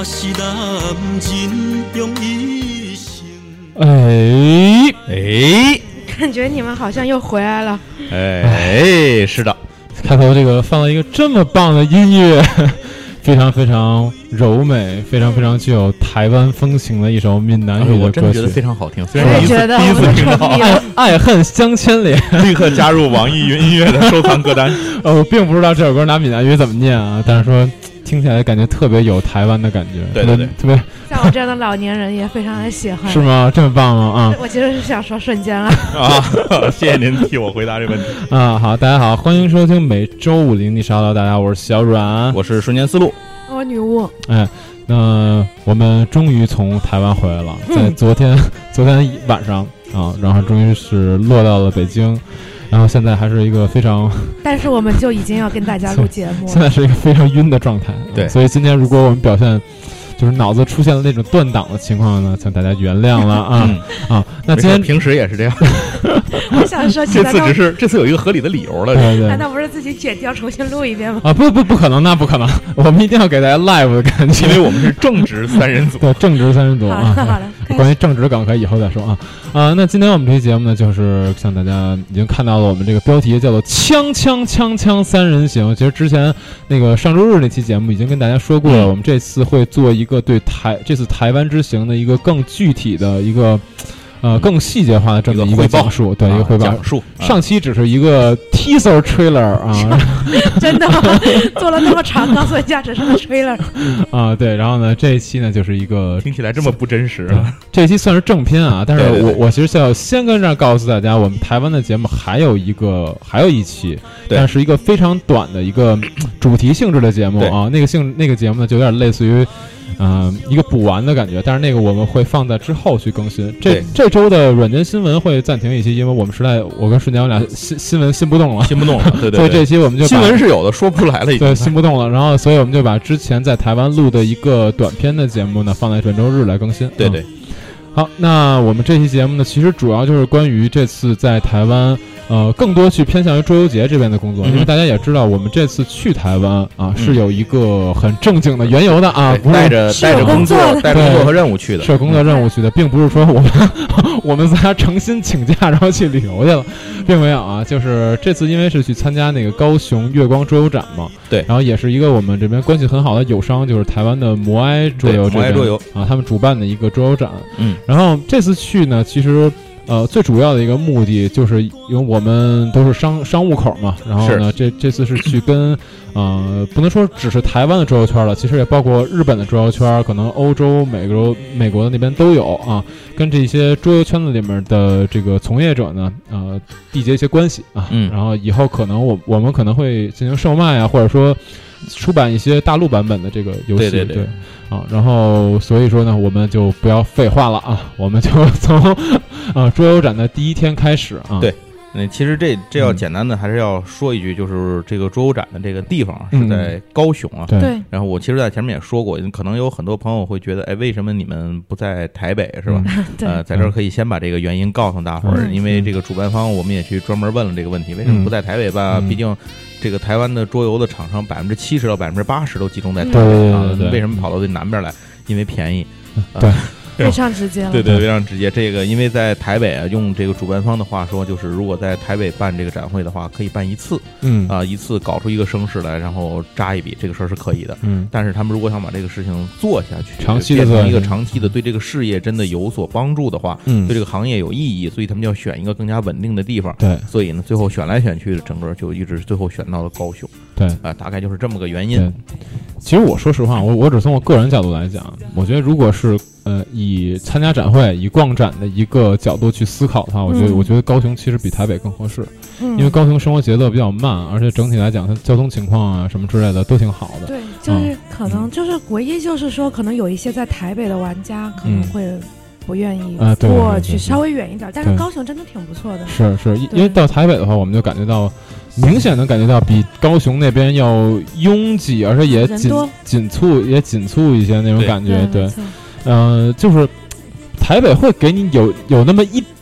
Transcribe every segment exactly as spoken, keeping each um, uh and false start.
是男人用一生。 哎哎， 感觉你们好像又回来了。 哎，是的， 开头这个放了一个这么棒的音乐，非常非常柔美，非常非常具有台湾风情的一首闽南语的歌曲， 我真的觉得非常好听。虽我然第一次也觉得第一次听到， 爱爱恨相牵连， 立刻加入网易云音乐的收藏歌单。 呃，我并不知道这首歌拿闽南语怎么念啊，但是说听起来感觉特别有台湾的感觉， 对对对， 特别像我这样的老年人也非常的喜欢。 是吗？这么棒吗？啊我其实是想说瞬间了啊！谢谢您替我回答这问题啊！好，大家好，欢迎收听每周五零你稍到，大家我是小阮， 我是瞬间思路， 我女巫。 哎，那我们终于从台湾回来了，在昨天、嗯、昨天晚上啊，然后终于是落到了北京。然后现在还是一个非常， 但是我们就已经要跟大家录节目了， 现在是一个非常晕的状态。 对， 所以今天如果我们表现就是脑子出现了那种断档的情况呢，请大家原谅了啊、嗯、啊！那今天平时也是这样。 我想说， 这次只是这次有一个合理的理由了， 对对， 难道不是自己剪掉重新录一遍吗？ 啊，不不不可能，那不可能，我们一定要给大家 live 的感觉， 因为我们是正直三人组， 对，正直三人组啊。 好了好了， 关于正直梗可以以后再说啊啊！那今天我们这期节目呢，就是像大家已经看到了，我们这个标题叫做“锵锵锵锵三人行”。其实之前那个上周日那期节目已经跟大家说过了，嗯、我们这次会做一个对台这次台湾之行的一个更具体的一个。呃，更细节化的这么一个讲述，对，一个汇报。 讲述。 上期只是一个 teaser trailer 啊， 真的做了那么长，告诉人家只是个 trailer 啊，对。然后呢，这一期呢就是一个听起来这么不真实。 这一期算是正片啊，但是我对对对我其实要先跟这儿告诉大家，我们台湾的节目还有一个还有一期，但是一个非常短的一个主题性质的节目啊，那个性那个节目呢就有点类似于。嗯、呃，一个补完的感觉，但是那个我们会放在之后去更新。这这周的软件新闻会暂停一期，因为我们实在我跟瞬间我俩新新闻新不动了， 新不动了，对对对。 所以这期我们就新闻是有的，说不出来了已经。 对，新不动了。然后，所以我们就把之前在台湾录的一个短片的节目呢，放在本周日来更新。 对对。 嗯、好，那我们这期节目呢，其实主要就是关于这次在台湾。呃，更多去偏向于桌游节这边的工作， 嗯、 因为大家也知道，我们这次去台湾啊、嗯、是有一个很正经的缘由的啊，不是带着带着工作、带着工作和任务去的， 是工作任务去的，并不是说我们我们仨诚心请假然后去旅游去了，并没有啊，就是这次因为是去参加那个高雄月光桌游展嘛， 对， 然后也是一个我们这边关系很好的友商，就是台湾的摩埃桌游这边，摩埃桌游啊，他们主办的一个桌游展， 嗯， 然后这次去呢，其实。呃，最主要的一个目的就是因为我们都是商商务口嘛，然后呢，这这次是去跟呃，不能说只是台湾的桌游圈了，其实也包括日本的桌游圈，可能欧洲、美国、美国的那边都有啊，跟这些桌游圈子里面的这个从业者呢，呃，缔结一些关系啊， 嗯， 然后以后可能我我们可能会进行售卖啊，或者说出版一些大陆版本的这个游戏， 对对对。 对啊，然后所以说呢，我们就不要废话了啊，我们就从啊桌游展的第一天开始啊。 对，嗯，其实这这要简单的还是要说一句，就是这个桌游展的这个地方是在高雄啊。 嗯、对。 然后我其实，在前面也说过，可能有很多朋友会觉得，哎，为什么你们不在台北是吧？ 嗯、 呃，在这儿可以先把这个原因告诉大伙儿， 嗯、 因为这个主办方我们也去专门问了这个问题，为什么不在台北吧？ 嗯、 毕竟。这个台湾的桌游的厂商百分之七十到百分之八十都集中在台北、 嗯、 啊， 对对对对， 为什么跑到最南边来？因为便宜， 对， 啊、 非常直接了。 对对，非常直接。这个因为在台北啊，用这个主办方的话说，就是如果在台北办这个展会的话，可以办一次， 嗯啊，一次搞出一个声势来，然后扎一笔，这个事儿是可以的。 嗯， 但是他们如果想把这个事情做下去， 长期的变成一个长期的，对这个事业真的有所帮助的话， 嗯， 对这个行业有意义，所以他们要选一个更加稳定的地方。 对， 所以呢，最后选来选去，整个就一直最后选到了高雄。 对啊、呃，大概就是这么个原因。 其实我说实话，我我只从我个人角度来讲，我觉得如果是呃以参加展会、以逛展的一个角度去思考的话，我觉得、嗯、我觉得高雄其实比台北更合适，嗯、因为高雄生活节奏比较慢，而且整体来讲，它交通情况啊什么之类的都挺好的。 对，就是可能、嗯、就是唯一就是说，可能有一些在台北的玩家可能会、嗯。不愿意过去稍微远一点，但是高雄真的挺不错的。 是是，因为到台北的话，我们就感觉到明显能感觉到比高雄那边要拥挤，而且也紧紧促也紧促一些那种感觉。对，嗯、呃，就是台北会给你有有那么一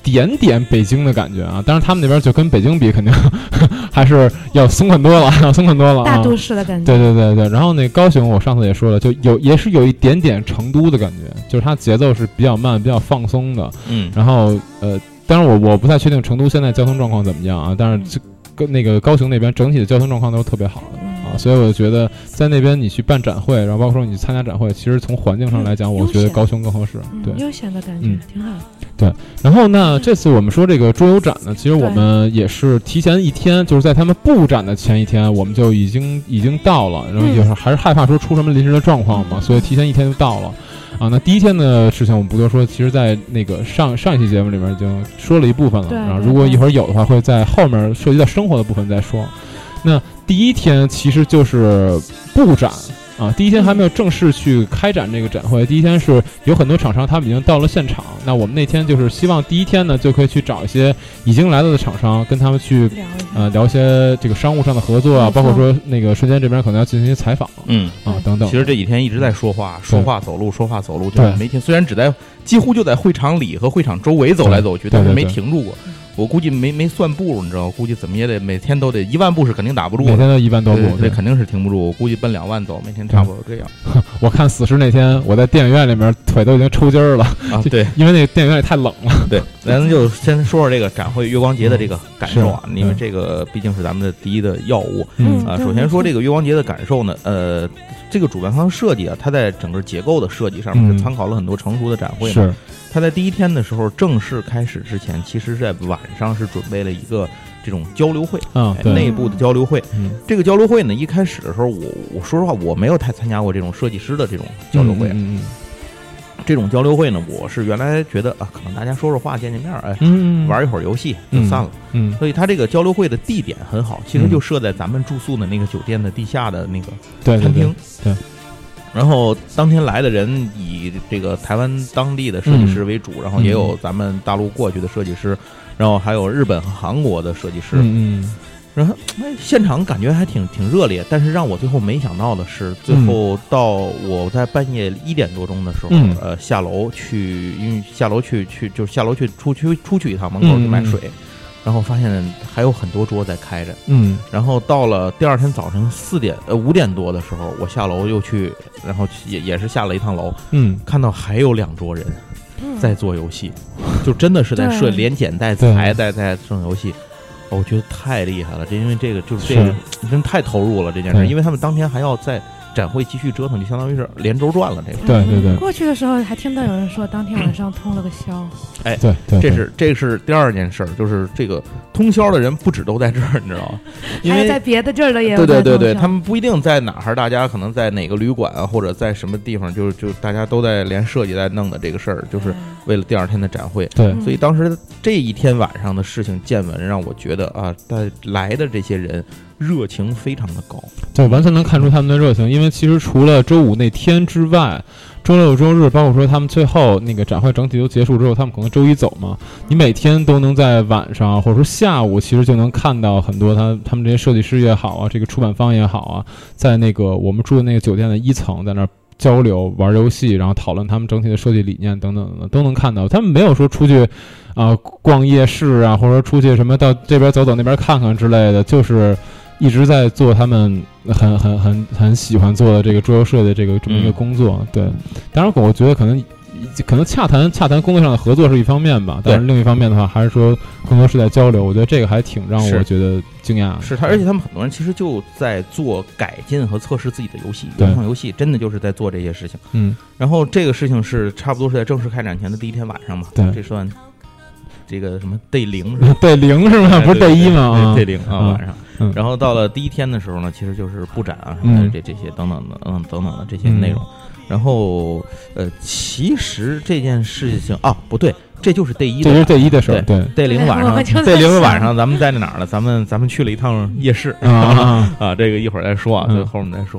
点点北京的感觉啊，当然他们那边就跟北京比，肯定还是要松很多了，要松很多了、啊， 大都市的感觉。 对对对对，然后那高雄，我上次也说了，就有也是有一点点成都的感觉，就是它节奏是比较慢、比较放松的。 嗯， 然后呃，当然我我不太确定成都现在交通状况怎么样啊，但是这跟那个高雄那边整体的交通状况都是特别好的。啊，所以我觉得在那边你去办展会，然后包括说你参加展会，其实从环境上来讲，嗯、我觉得高雄更合适。 嗯、 对， 悠闲的感觉、嗯、挺好。 对，然后呢，这次我们说这个桌游展呢，其实我们也是提前一天，就是在他们布展的前一天，我们就已经已经到了，然后就是还是害怕说出什么临时的状况嘛，嗯、所以提前一天就到了。啊，那第一天的事情我们不多说，其实在那个上上一期节目里面已经说了一部分了，然后如果一会儿有的话，会在后面涉及到生活的部分再说。那第一天其实就是布展啊，第一天还没有正式去开展这个展会，第一天是有很多厂商他们已经到了现场，那我们那天就是希望第一天呢就可以去找一些已经来了的厂商，跟他们去呃聊一些这个商务上的合作啊，包括说那个瞬间这边可能要进行一些采访， 嗯啊等等。 其实这几天一直在说话，说话走路，说话走路，就是每天虽然只在几乎就在会场里和会场周围走来走去，但是没停住过。我估计没没算步，你知道，估计怎么也得每天都得一万步是肯定打不住， 每天都一万多步， 对，肯定是停不住。我估计奔两万走，每天差不多这样。 我看死尸那天，我在电影院里面腿都已经抽筋儿了啊！对， 因为那个电影院里太冷了。 对，咱就先说说这个展会月光节的这个感受啊，因为这个毕竟是咱们的第一的要务。 嗯啊，首先说这个月光节的感受呢，呃，这个主办方设计啊，它在整个结构的设计上面是参考了很多成熟的展会嘛。 是。 他在第一天的时候正式开始之前，其实在晚上是准备了一个这种交流会啊， 哎、内部的交流会、 嗯。这个交流会呢，一开始的时候，我我说实话，我没有太参加过这种设计师的这种交流会。 嗯嗯嗯、 这种交流会呢，我是原来觉得啊，可能大家说说话、见见面，哎， 嗯、 玩一会儿游戏就散了。 嗯， 所以他这个交流会的地点很好，其实就设在咱们住宿的那个酒店的地下的那个餐厅。 对。对对然后当天来的人以这个台湾当地的设计师为主，嗯、然后也有咱们大陆过去的设计师，嗯、然后还有日本和韩国的设计师。 嗯然后现场感觉还挺挺热烈，但是让我最后没想到的是，最后到我在半夜一点多钟的时候， 嗯、 呃下楼去，因为下楼去去就是下楼去出去出去一趟，门口去买水。嗯然后发现还有很多桌在开着， 嗯， 然后到了第二天早晨四点呃五点多的时候，我下楼又去，然后也也是下了一趟楼， 嗯， 看到还有两桌人在做游戏，嗯、就真的是在设连剪带裁带在做游戏，哦，我觉得太厉害了，这因为这个就是这个真太投入了这件事，因为他们当天还要在展会继续折腾，就相当于是连轴转了这个。 对对对。 过去的时候还听到有人说，当天晚上通了个宵。 哎， 对对， 这是这是第二件事儿，就是这个通宵的人不止都在这儿，你知道吗？因为在别的地儿的也有。 对对对对，他们不一定在哪儿，大家可能在哪个旅馆啊，或者在什么地方，就就大家都在连设计在弄的这个事儿，就是为了第二天的展会。 对， 所以当时这一天晚上的事情见闻，让我觉得啊，来的这些人。热情非常的高， 就完全能看出他们的热情。因为其实除了周五那天之外，周六周日，包括说他们最后那个展会整体都结束之后，他们可能周一走嘛，你每天都能在晚上或者说下午，其实就能看到很多他他们这些设计师也好啊，这个出版方也好啊，在那个我们住的那个酒店的一层，在那儿交流玩游戏，然后讨论他们整体的设计理念等等的，都能看到。他们没有说出去啊、呃、逛夜市啊，或者说出去什么到这边走走那边看看之类的，就是一直在做他们很很很很喜欢做的这个桌游设计这个这么一个工作。嗯、对，当然我觉得可能可能洽谈洽谈工作上的合作是一方面吧，但是另一方面的话，还是说更多是在交流。我觉得这个还挺让我觉得惊讶的。 是他，而且他们很多人其实就在做改进和测试自己的游戏，原创游戏真的就是在做这些事情。 嗯， 然后这个事情是差不多是在正式开展前的第一天晚上嘛， 对， 这算这个什么 day 零是吧 day 零是吗？不是 day 一吗 ？day 零啊，晚上。 嗯、 然后到了第一天的时候呢，其实就是布展啊什么的这这些等等的嗯等等的这些内容。嗯、然后呃，其实这件事情啊不对，这就是 day 一的， 这是 day 一的事儿。对 day 零晚上 day 零晚上咱们在那哪儿了？咱们咱们去了一趟夜市啊啊，这个一会儿再说啊，这后面再说。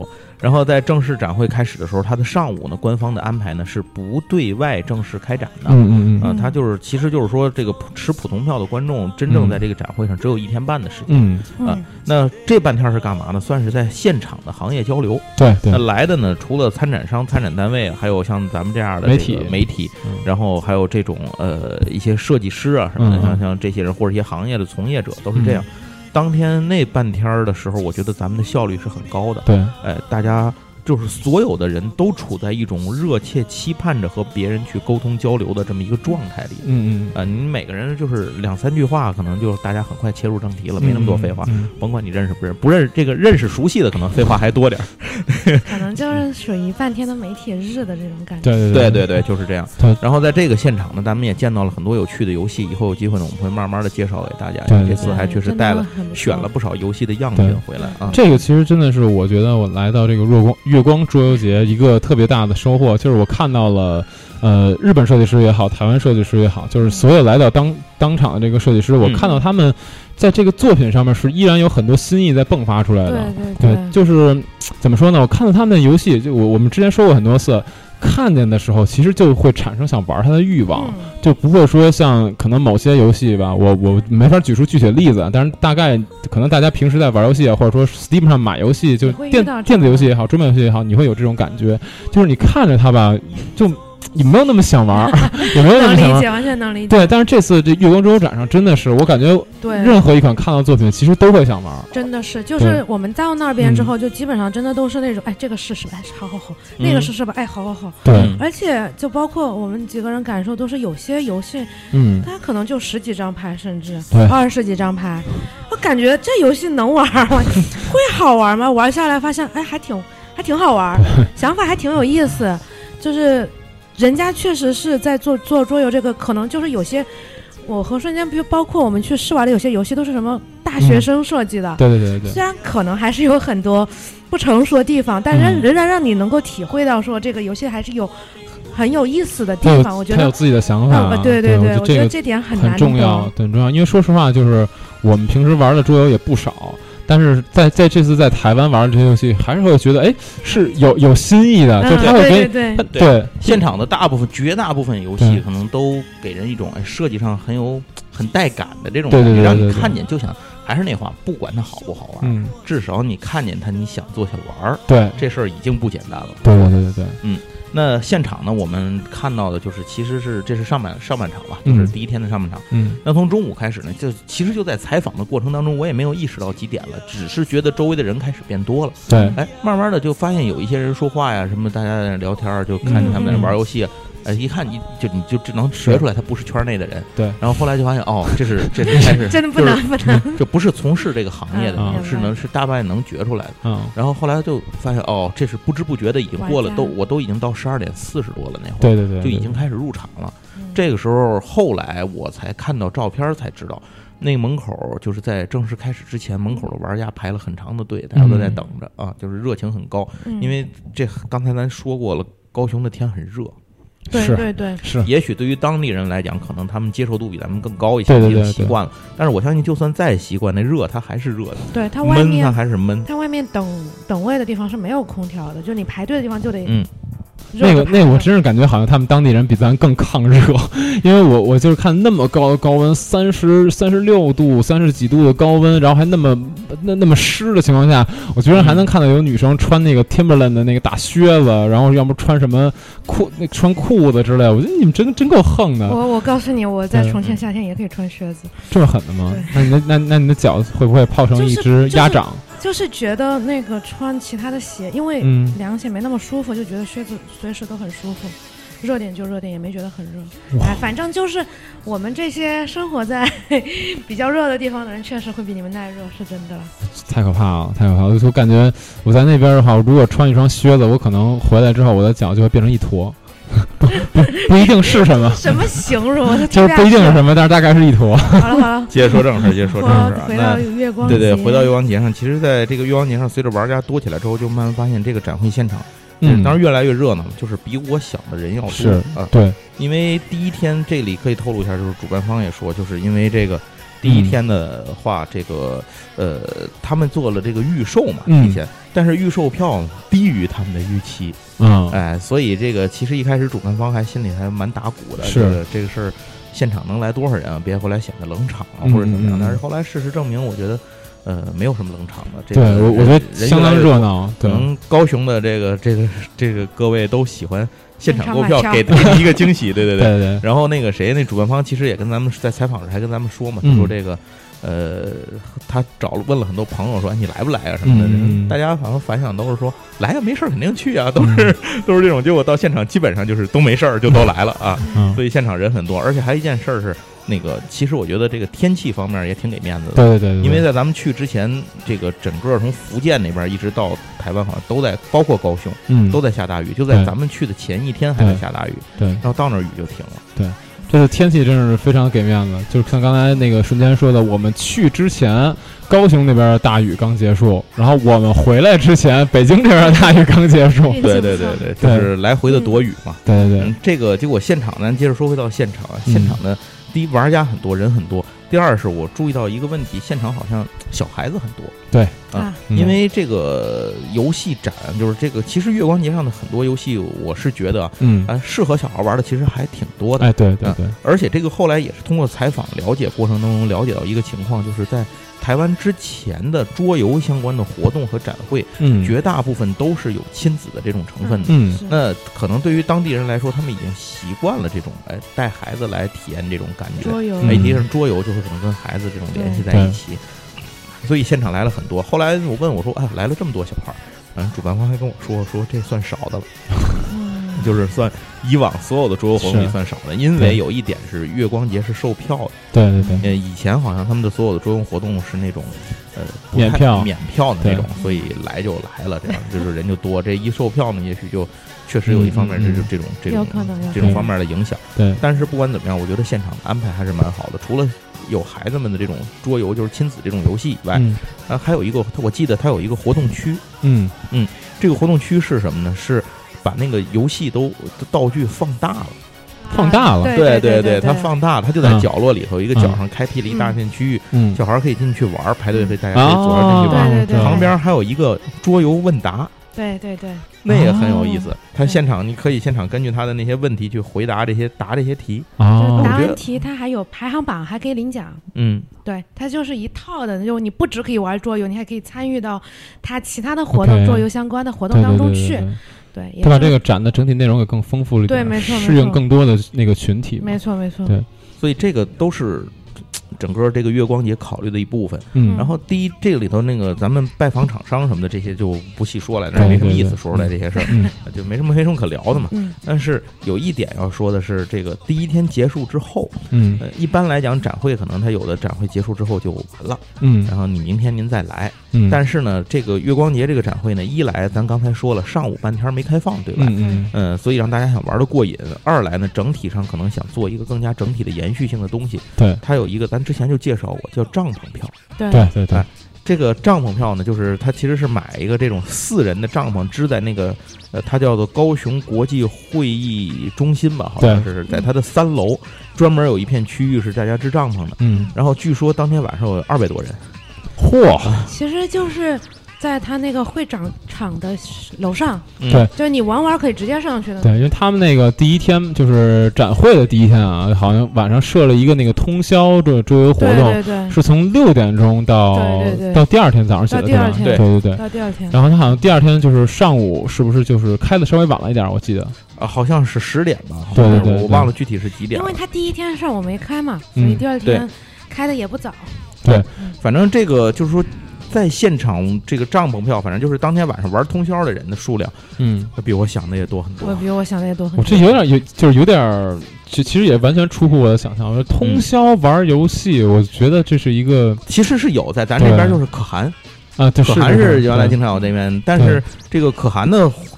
然后在正式展会开始的时候，它的上午呢，官方的安排呢是不对外正式开展的。 嗯嗯嗯， 呃，它就是其实就是说，这个持普通票的观众真正在这个展会上只有一天半的时间。 嗯啊、呃，那这半天是干嘛呢？算是在现场的行业交流。 对对。 那来的呢，除了参展商、参展单位，还有像咱们这样的媒体、 媒体， 嗯、 然后还有这种呃一些设计师啊什么的，嗯、像像这些人或者一些行业的从业者都是这样。嗯、当天那半天的时候，我觉得咱们的效率是很高的。 对， 哎，大家。就是所有的人都处在一种热切期盼着和别人去沟通交流的这么一个状态里。 嗯嗯， 啊、呃，你每个人就是两三句话，可能就大家很快切入正题了，没那么多废话。 嗯嗯、 甭管你认识不认识，不认识这个认识熟悉的，可能废话还多点儿。 可能就是属于半天的媒体日的这种感觉。 对对对对，就是这样。然后在这个现场呢，咱们也见到了很多有趣的游戏，以后有机会呢，我们会慢慢的介绍给大家。 对对这次还确实带了选了不少游戏的样品回来啊。 这个其实真的是我觉得我来到这个月光月光桌游节。一个特别大的收获就是我看到了，呃，日本设计师也好，台湾设计师也好，就是所有来到当当场的这个设计师，我看到他们在这个作品上面是依然有很多新意在迸发出来的。 对对对，就是怎么说呢？我看到他们的游戏，就我我们之前说过很多次。看见的时候，其实就会产生想玩它的欲望， 嗯、 就不会说像可能某些游戏吧，我我没法举出具体的例子，但是大概可能大家平时在玩游戏，或者说 Steam 上买游戏，就电电子游戏也好，桌面游戏也好，你会有这种感觉，就是你看着它吧，就。你没有那么想玩，也没有那么想玩， 能理解，完全能理解。 对，但是这次这月光桌游展上真的是，我感觉任何一款看到作品，其实都会想玩。 真的是，就是我们到那边之后，就基本上真的都是那种，哎，这个试试吧，哎，好好好， 嗯、 那个试试吧，哎，好好好。 对， 而且就包括我们几个人感受，都是有些游戏， 嗯， 它可能就十几张牌，甚至对二十几张牌，我感觉这游戏能玩吗？会好玩吗？玩下来发现，哎，还挺还挺好玩，想法还挺有意思，就是。人家确实是在做做桌游，这个可能就是有些，我和瞬间就包括我们去试玩的有些游戏都是什么大学生设计的， 嗯、对对对对。 虽然可能还是有很多不成熟的地方，但仍仍然让你能够体会到说这个游戏还是有很有意思的地方。我觉得他有自己的想法， 嗯、对对对, 对，我觉得这点很难重要，很重要。因为说实话，就是我们平时玩的桌游也不少。但是在在这次在台湾玩的这些游戏，还是会觉得哎是有有新意的， 嗯、 就他会给对对对, 对现场的大部分绝大部分游戏可能都给人一种哎设计上很有很带感的这种感觉， 对对对对对让你看见就想，还是那话，不管它好不好玩， 嗯， 至少你看见它，你想坐下玩， 对， 这事儿已经不简单了。 对对对对对， 嗯。那现场呢，我们看到的就是，其实是这是上半上半场吧，就是第一天的上半场。 嗯， 那从中午开始呢，就其实就在采访的过程当中，我也没有意识到几点了，只是觉得周围的人开始变多了。 对， 哎，慢慢的就发现有一些人说话呀，什么大家在那聊天，就看见他们在那玩游戏。嗯哎，一看你就你就只能学出来，他不是圈内的人。 对， 然后后来就发现，哦，这是这是开始真的不能不能， 这不是从事这个行业的， 嗯、 是能是大半能觉出来的。 嗯， 然后后来就发现，哦，这是不知不觉的已经过了，都我都已经到十二点四十多了那会儿， 对对对， 就已经开始入场了。这个时候，后来我才看到照片，才知道那个门口就是在正式开始之前，门口的玩家排了很长的队，大家都在等着、嗯、啊，就是热情很高。 嗯、 因为这刚才咱说过了，高雄的天很热。 对对对， 是。 也许对于当地人来讲，可能他们接受度比咱们更高一些， 对对对对， 习惯了。但是我相信，就算再习惯，那热它还是热的。 对，它外面闷，它还是闷。 它外面等等位的地方是没有空调的，就你排队的地方就得嗯。 那个那个我真是感觉好像他们当地人比咱更抗热，因为我我就是看那么高的高温，三十三十六度、三十几度的高温，然后还那么那那么湿的情况下，我居然还能看到有女生穿那个 Timberland 的那个大靴子，然后要么穿什么裤那穿裤子之类的，我觉得你们真真够横的。 我我告诉你，我在重庆夏天也可以穿靴子， 这么狠的吗？那你的那那你的脚会不会泡成一只鸭掌？ 就是就是觉得那个穿其他的鞋，因为凉鞋没那么舒服，就觉得靴子随时都很舒服，热点就热点，也没觉得很热。哎，反正就是我们这些生活在比较热的地方的人，确实会比你们耐热，是真的了。 太可怕了，太可怕了！我感觉我在那边的话，如果穿一双靴子，我可能回来之后，我的脚就会变成一坨。不不不一定是什么， 什么形容？ 就是不一定是什么，但是大概是一坨。 好了好了， 接着说正事，接着说正事。 回到月光节，对对，回到月光节上，其实在这个月光节上，随着玩家多起来之后，就慢慢发现这个展会现场，嗯，当然越来越热闹了，就是比我想的人要多。 是啊， 对， 因为第一天这里可以透露一下，就是主办方也说，就是因为这个。第一天的话，这个呃，他们做了这个预售嘛，提前，但是预售票低于他们的预期。 嗯， 哎，所以这个其实一开始主办方还心里还蛮打鼓的， 是这个这个事儿，现场能来多少人啊？别后来显得冷场啊，或者怎么样。 嗯嗯嗯但是后来事实证明，我觉得。呃，没有什么冷场的，这个、 对我我觉得相当热闹。 可能高雄的这个这个这个各位都喜欢现场购票，给给你一个惊喜，对对对对对。 然后那个谁，那主办方其实也跟咱们在采访时还跟咱们说嘛，他说这个。呃，他找问了很多朋友说，你来不来啊什么的， 嗯、 大家好像反响都是说来啊，没事儿肯定去啊，都是、嗯、都是这种。结果到现场基本上就是都没事儿就都来了啊， 嗯、 所以现场人很多，而且还有一件事儿是。那个，其实我觉得这个天气方面也挺给面子的， 对对 对, 对。 因为在咱们去之前，这个整个从福建那边一直到台湾，好像都在，包括高雄， 嗯， 都在下大雨。就在咱们去的前一天还在下大雨， 对。 然后到那儿雨就停了。 对，这个天气真是非常给面子。就是像刚才那个瞬间说的，我们去之前，高雄那边大雨刚结束，然后我们回来之前，北京这边大雨刚结束。 对对对对，就是来回的躲雨嘛。 对对对、 嗯，这个结果现场呢，接着说回到现场，现场呢。嗯第一，玩家很多，人很多；第二，是我注意到一个问题，现场好像小孩子很多。 对啊，嗯、因为这个游戏展，就是这个，其实月光节上的很多游戏，我是觉得， 嗯， 啊，适合小孩玩的其实还挺多的。 哎，对对对、 啊。而且这个后来也是通过采访了解过程当中了解到一个情况，就是在台湾之前的桌游相关的活动和展会， 嗯， 绝大部分都是有亲子的这种成分的。 嗯， 那可能对于当地人来说，他们已经习惯了这种哎带孩子来体验这种感觉。 桌游， 媒体上桌游就是可能跟孩子这种联系在一起，所以现场来了很多。后来我问我说：“哎，来了这么多小孩儿。”嗯，主办方还跟我说说这算少的了。就是算以往所有的桌游活动里算少的，因为有一点是月光节是售票的。 对对对。 呃，以前好像他们的所有的桌游活动是那种呃免票免票的那种，所以来就来了，这样就是人就多。这一售票呢，也许就确实有一方面是这种、嗯、这种这种方面的影响。 对。 但是不管怎么样，我觉得现场的安排还是蛮好的。除了有孩子们的这种桌游，就是亲子这种游戏以外， 嗯、 啊，还有一个我记得它有一个活动区。 嗯嗯，这个活动区是什么呢？是把那个游戏都道具放大了， 放大了， 对对对，它放大了，它就在角落里头，一个角上开辟了一大片区域， 嗯， 小孩可以进去玩，排队，大家可以走着进去玩。 对对对， 旁边还有一个桌游问答， 对对对， 那也很有意思。他现场你可以现场根据他的那些问题去回答这些答这些题啊， 答完题他还有排行榜，还可以领奖。 嗯， 对，它就是一套的，就你不只可以玩桌游，你还可以参与到他其他的活动，桌游相关的活动当中去。对， 他把这个展的整体内容给更丰富了一点， 对，没错， 适应更多的那个群体， 没错没错。 对， 所以这个都是整个这个月光节考虑的一部分。 嗯， 然后第一，这个里头那个咱们拜访厂商什么的这些就不细说了，那没什么意思，说出来这些事儿， 嗯， 就没什么没什么可聊的嘛。 嗯， 但是有一点要说的是，这个第一天结束之后， 嗯， 呃，一般来讲展会可能它有的展会结束之后就完了， 嗯， 然后你明天您再来。 嗯， 但是呢，这个月光节这个展会呢，一来咱刚才说了，上午半天没开放，对吧？ 嗯嗯， 嗯，所以让大家想玩的过瘾。二来呢，整体上可能想做一个更加整体的延续性的东西。 对， 它有一个咱之前就介绍过，叫帐篷票。 对对对对， 哎，这个帐篷票呢，就是它其实是买一个这种四人的帐篷，支在那个呃，它叫做高雄国际会议中心吧，好像是在它的三楼，专门有一片区域是大家支帐篷的。 嗯， 然后据说当天晚上有二百多人。 嚯！ 其实就是在他那个会展场的楼上， 对， 就是你玩玩可以直接上去的。 对，因为他们那个第一天就是展会的第一天啊，好像晚上设了一个那个通宵的桌游活动， 对对对， 是从六点钟到对对对到第二天早上起来， 到第二天， 对对对， 到第二天。 然后他好像第二天就是上午，是不是就是开的稍微晚了一点？我记得啊，好像是十点吧， 对对对， 我忘了具体是几点。 因为他第一天上午没开嘛，所以第二天开的也不早。 对， 反正这个就是说，在现场这个帐篷票，反正就是当天晚上玩通宵的人的数量， 嗯， 比我想的也多很多。 我比我想的也多很多。 我这有点有，就是有点，其其实也完全出乎我的想象。我说通宵玩游戏，我觉得这是一个， 其实是有在咱这边就是可汗啊， 可汗是原来经常有这边，但是这个可汗的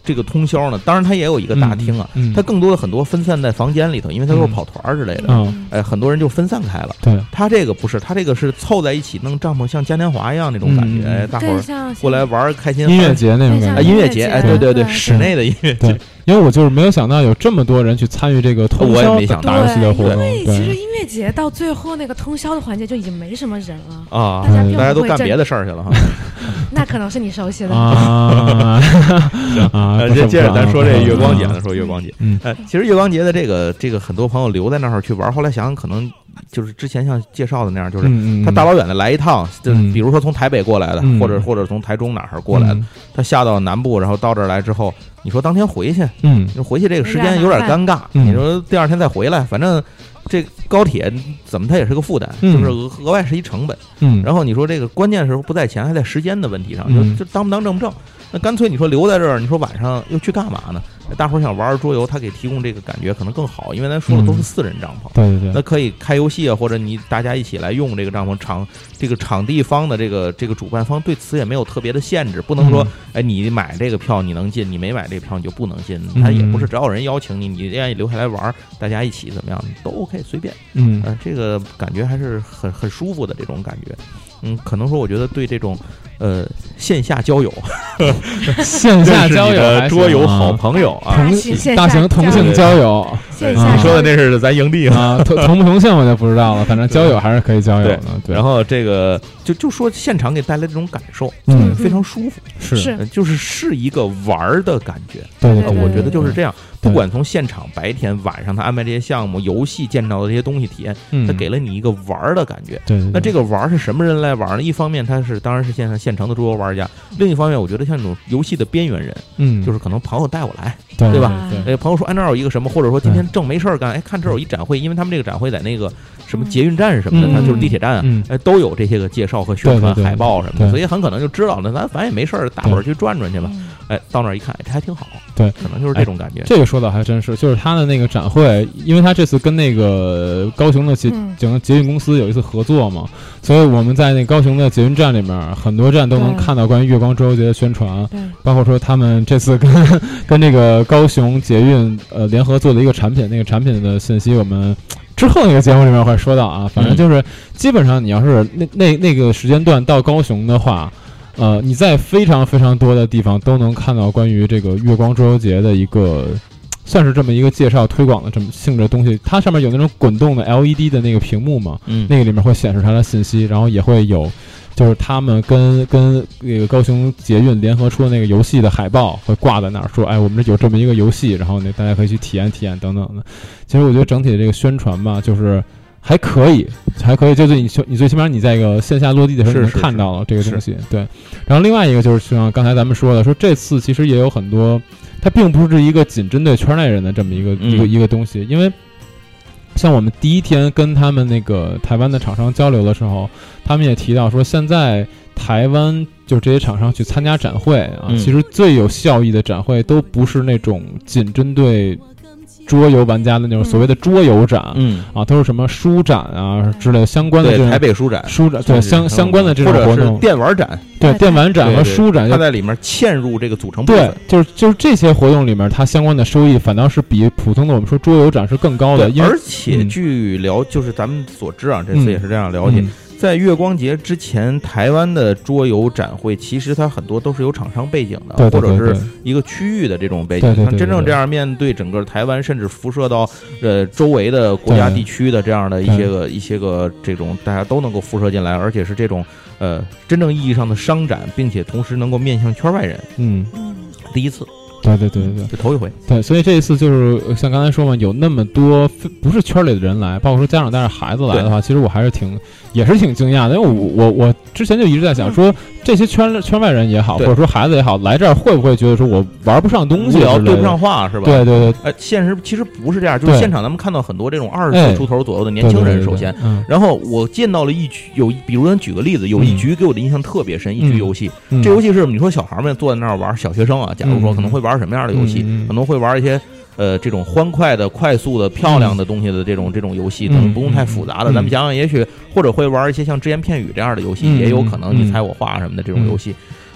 这个通宵呢？当然它也有一个大厅啊， 嗯嗯、 它更多的很多分散在房间里头，因为它都是跑团之类的， 嗯、 哎，很多人就分散开了。 对， 它这个不是，它这个是凑在一起弄帐篷，像嘉年华一样那种感觉， 嗯、 哎，大伙儿过来玩开心， 音乐节那种感觉， 啊，音乐节，哎，对对对，室内的音乐节。 因为我就是没有想到有这么多人去参与这个通宵打游戏的活动。 对，其实音乐节到最后那个通宵的环节就已经没什么人了啊， 大家并不会大家都干别的事儿去了哈。 那可能是你熟悉的啊。 啊，这接着咱说这月光节呢，说月光节。嗯，呃，其实月光节的这个这个很多朋友留在那儿去玩，后来想想可能。就是之前像介绍的那样，就是他大老远的来一趟，就比如说从台北过来的， 嗯、 或者或者从台中哪儿过来的，嗯、他下到南部，然后到这儿来之后，你说当天回去， 嗯， 回去这个时间有点尴尬， 嗯、 你说第二天再回来，反正这高铁怎么它也是个负担， 嗯、 就是额额外是一成本， 嗯， 然后你说这个关键时候不在钱，还在时间的问题上， 嗯、 就就当不当正不正。那干脆你说留在这儿，你说晚上又去干嘛呢？大伙儿想玩桌游，他给提供这个感觉可能更好，因为咱说的都是四人帐篷， 对对对， 那可以开游戏啊，或者你大家一起来用这个帐篷场，这个场地方的这个这个主办方对此也没有特别的限制，不能说、嗯、哎你买这个票你能进，你没买这个票你就不能进，他也不是只要有人邀请你，你愿意留下来玩，大家一起怎么样都 OK 随便， 嗯、 呃，这个感觉还是很很舒服的这种感觉。嗯，可能说我觉得对这种呃线下交友线下交友桌游好朋友啊， 同大型同性交友， 线下你说的那是咱营地啊，同同不同性我就不知道了，反正交友还是可以交友的。对， 然后这个就就说现场给带来这种感受， 嗯， 非常舒服， 是就是是一个玩的感觉， 对对，我觉得就是这样。不管从现场白天晚上他安排这些项目游戏见到的这些东西体验，他给了你一个玩的感觉。 对， 那这个玩是什么人来玩呢？一方面他是当然是现场现成的桌游玩家，另一方面我觉得像这种游戏的边缘人， 嗯， 就是可能朋友带我来， 对对吧？ 对， 哎，朋友说哎那儿有一个什么，或者说今天正没事儿干，哎看这儿有一展会，因为他们这个展会在那个什么捷运站什么的，它就是地铁站啊，哎都有这些个介绍和宣传海报什么的，所以很可能就知道了，咱反正也没事儿，大伙儿去转转去吧。哎，到那儿一看，这还挺好， 对， 可能就是这种感觉。 这个说的还真是，就是他的那个展会，因为他这次跟那个高雄的捷整个捷运公司有一次合作嘛，所以我们在那高雄的捷运站里面，很多站都能看到关于月光桌游节的宣传，包括说他们这次跟跟这个高雄捷运呃联合做的一个产品，那个产品的信息我们之后那个节目里面会说到啊，反正就是基本上你要是那那那个时间段到高雄的话。呃，你在非常非常多的地方都能看到关于这个月光桌游节的一个，算是这么一个介绍推广的这么性质的东西。它上面有那种滚动的 L E D 的那个屏幕嘛， 嗯， 那个里面会显示它的信息，然后也会有，就是他们跟跟那个高雄捷运联合出的那个游戏的海报会挂在那儿，说，哎，我们这有这么一个游戏，然后那大家可以去体验体验等等的。其实我觉得整体的这个宣传吧，就是还可以，还可以，就是你你最起码你在一个线下落地的时候，你能看到了这个东西，对。然后另外一个就是像刚才咱们说的，说这次其实也有很多，它并不是一个仅针对圈内人的这么一个、嗯、一个一个东西，因为像我们第一天跟他们那个台湾的厂商交流的时候，他们也提到说，现在台湾就这些厂商去参加展会啊， 嗯、 其实最有效益的展会都不是那种仅针对桌游玩家的那种所谓的桌游展， 嗯啊，都是什么书展啊之类的相关的这种台北书展、 书展对相相关的这种活动， 电玩展， 对电玩展和书展， 它在里面嵌入这个组成部分， 对，就是就是这些活动里面，它相关的收益反倒是比普通的我们说桌游展是更高的，因为而且据了，就是咱们所知啊，这次也是这样了解。 嗯嗯在月光节之前，台湾的桌游展会其实它很多都是有厂商背景的， 对对对对或者是一个区域的这种背景。像真正这样面对整个台湾，甚至辐射到呃周围的国家地区的这样的一些个一些个这种大家都能够辐射进来，而且是这种呃真正意义上的商展，并且同时能够面向圈外人。 嗯， 第一次。 对对对对， 这头一回。 对，所以这一次就是像刚才说嘛，有那么多不是圈里的人来，包括说家长带着孩子来的话，其实我还是挺也是挺惊讶的，因为我我我之前就一直在想说，这些圈圈外人也好，或者说孩子也好，来这儿会不会觉得说我玩不上东西， 无聊对不上话是吧？ 对对对， 哎，现实其实不是这样，就是现场咱们看到很多这种二十岁出头左右的年轻人，首先，然后我见到了一局有，比如咱举个例子，有一局给我的印象特别深，一局游戏，这游戏是你说小孩们坐在那儿玩，小学生啊，假如说可能会玩什么样的游戏？可能会玩一些呃这种欢快的、快速的、漂亮的东西的这种这种游戏，可能不用太复杂的。咱们想想，也许或者会玩一些像只言片语这样的游戏，也有可能你猜我画什么的这种游戏。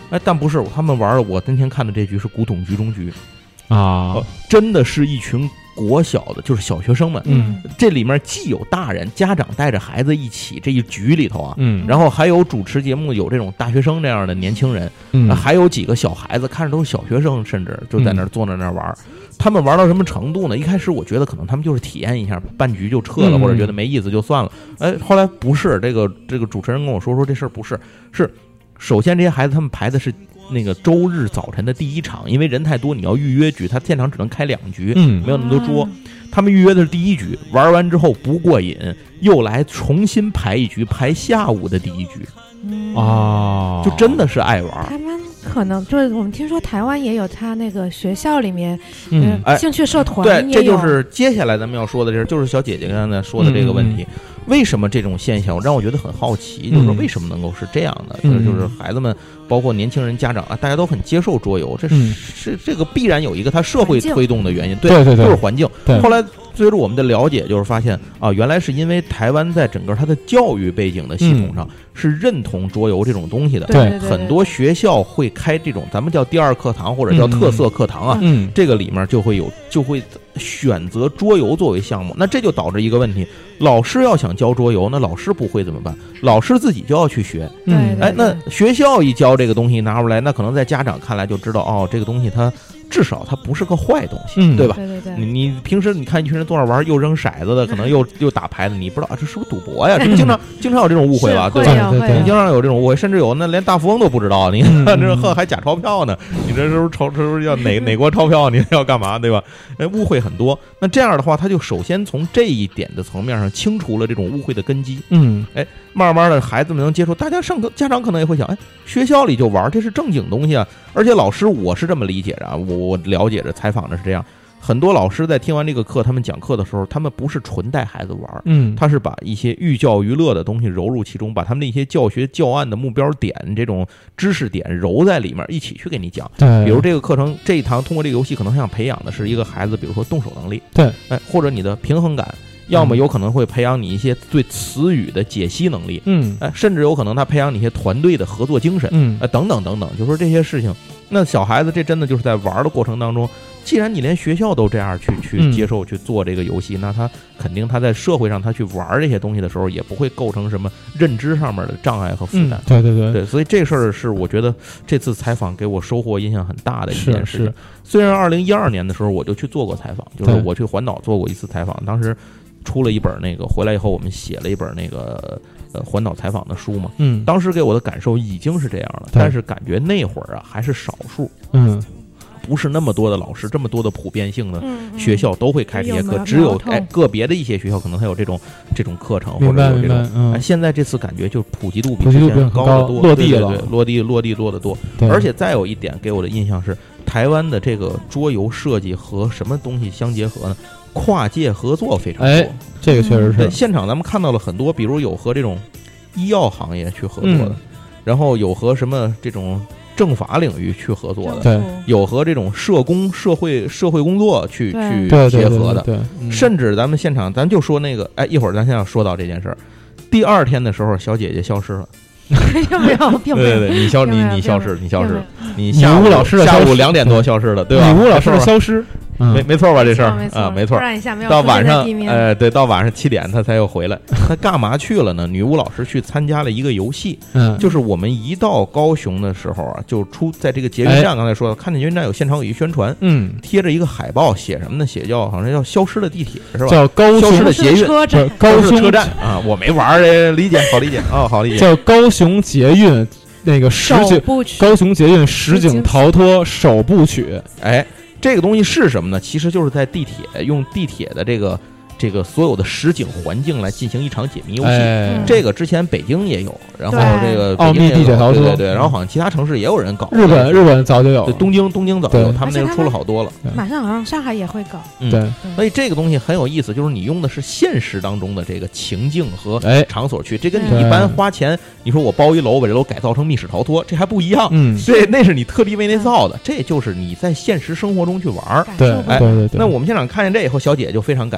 哎，但不是他们玩的，我今天看的这局是古董局中局啊、 呃，真的是一群国小的，就是小学生们。 嗯， 这里面既有大人家长带着孩子一起这一局里头啊， 嗯， 然后还有主持节目有这种大学生这样的年轻人， 嗯， 还有几个小孩子，看着都是小学生，甚至就在那儿坐在那儿玩。嗯，他们玩到什么程度呢？一开始我觉得可能他们就是体验一下，半局就撤了， 嗯、 或者觉得没意思就算了。哎，后来不是，这个这个主持人跟我说说这事儿不是，是首先这些孩子他们排的是那个周日早晨的第一场，因为人太多，你要预约局，他现场只能开两局， 嗯， 没有那么多桌。他们预约的是第一局，玩完之后不过瘾，又来重新排一局，排下午的第一局。 哦， 就真的是爱玩。 他们可能就是我们听说台湾也有他那个学校里面， 嗯， 呃、兴趣社团对，这就是接下来咱们要说的，这就是小姐姐刚才说的这个问题。 嗯嗯， 为什么这种现象让我觉得很好奇？就是说为什么能够是这样的？ 嗯、 就是孩子们，包括年轻人、家长啊，大家都很接受桌游，这是、 嗯、 是这个必然有一个它社会推动的原因。 对对对， 就是环境。 对， 后来随着我们的了解，就是发现啊，原来是因为台湾在整个它的教育背景的系统上、嗯、是认同桌游这种东西的。 对，对对对， 很多学校会开这种咱们叫第二课堂或者叫特色课堂啊， 嗯， 这个里面就会有就会选择桌游作为项目。那这就导致一个问题，老师要想教桌游，那老师不会怎么办？老师自己就要去学。 嗯， 哎，那学校一教这个东西拿出来，那可能在家长看来就知道，哦，这个东西它至少它不是个坏东西， 嗯、 对吧？ 对对对， 你你平时你看一群人坐那玩，又扔骰子的，可能又又打牌的，你不知道、啊、这是不是赌博呀？这经常经常有这种误会吧，对吧？ 对对对， 经常有这种误会，甚至有那连大富翁都不知道，你看这呵还假钞票呢，你这是不是钞是不是要哪哪国钞票？你要干嘛？对吧？哎，误会很多。那这样的话，他就首先从这一点的层面上清除了这种误会的根基。 嗯， 哎，慢慢的孩子们能接受，大家上课，家长可能也会想，哎，学校里就玩，这是正经东西啊。而且老师，我是这么理解的啊，我我了解着采访的是这样，很多老师在听完这个课，他们讲课的时候，他们不是纯带孩子玩， 嗯， 他是把一些寓教于乐的东西揉入其中，把他们的一些教学教案的目标点、这种知识点揉在里面，一起去给你讲。 对， 比如这个课程这一堂通过这个游戏，可能想培养的是一个孩子，比如说动手能力， 对， 哎，或者你的平衡感。要么有可能会培养你一些对词语的解析能力， 嗯， 哎，甚至有可能他培养你一些团队的合作精神， 嗯， 哎，等等等等，就说这些事情。那小孩子这真的就是在玩的过程当中，既然你连学校都这样去去接受去做这个游戏，嗯、那他肯定他在社会上他去玩这些东西的时候，也不会构成什么认知上面的障碍和负担。 嗯、对对对对，所以这事儿是我觉得这次采访给我收获印象很大的一件事情。 是是虽然二零一二年的时候我就去做过采访，就是我去环岛做过一次采访，当时。出了一本那个回来以后，我们写了一本那个呃环岛采访的书嘛。 嗯， 当时给我的感受已经是这样了，但是感觉那会儿啊还是少数。 嗯， 不是那么多的老师，这么多的普遍性的嗯学校都会开这些课， 嗯、 只有哎个别的一些学校可能它有这种这种课程，或者有这种。 嗯、 哎，现在这次感觉就普及度比之前高得多， 落地了， 对对对落地落地落得多。而且再有一点给我的印象是，台湾的这个桌游设计和什么东西相结合呢？跨界合作非常多， 哎，这个确实是。 现场咱们看到了很多，比如有和这种医药行业去合作的， 嗯、 然后有和什么这种政法领域去合作的， 对， 有和这种社工、社会社会工作去去结合的， 对，对嗯、甚至咱们现场，咱就说那个，哎，一会儿咱先要说到这件事儿。第二天的时候，小姐姐消失了。 并没有，并没有， 对对对，你消你你消失，你消失，你女巫老师的下午两点多消失了，对吧？ 女巫老师的消失， 没没错吧？这事儿啊， 没错。 到到晚上，哎，对，到晚上七点他才又回来。他干嘛去了呢？女巫老师去参加了一个游戏， 嗯， 就是我们一到高雄的时候啊，就出在这个捷运站，刚才说看见捷运站有现场有一宣传， 嗯， 贴着一个海报，写什么呢？写叫好像叫消失的地铁是吧？ 叫高消失的捷运， 高雄车站啊，我没玩儿，理解好理解哦，好理解。 叫高雄捷运。那个实景高雄捷运实景逃脱首部曲， 哎，这个东西是什么呢？其实就是在地铁用地铁的这个这个所有的实景环境来进行一场解谜游戏。 哎、 这个之前北京也有，然后这个奥秘地铁逃脱， 对对对，然后好像其他城市也有人搞。 日本日本早就有， 对，东京东京早就有，他们那个出了好多了。 马上好像上海也会搞。 嗯、 对， 所以这个东西很有意思，就是你用的是现实当中的这个情境和场所去，这跟你一般花钱，你说我包一楼把这楼改造成密室逃脱，这还不一样。 嗯， 对，那是你特地为那造的，这就是你在现实生活中去玩。 对， 哎， 对对对。 那我们现场看见这以后，小姐就非常感兴趣，因为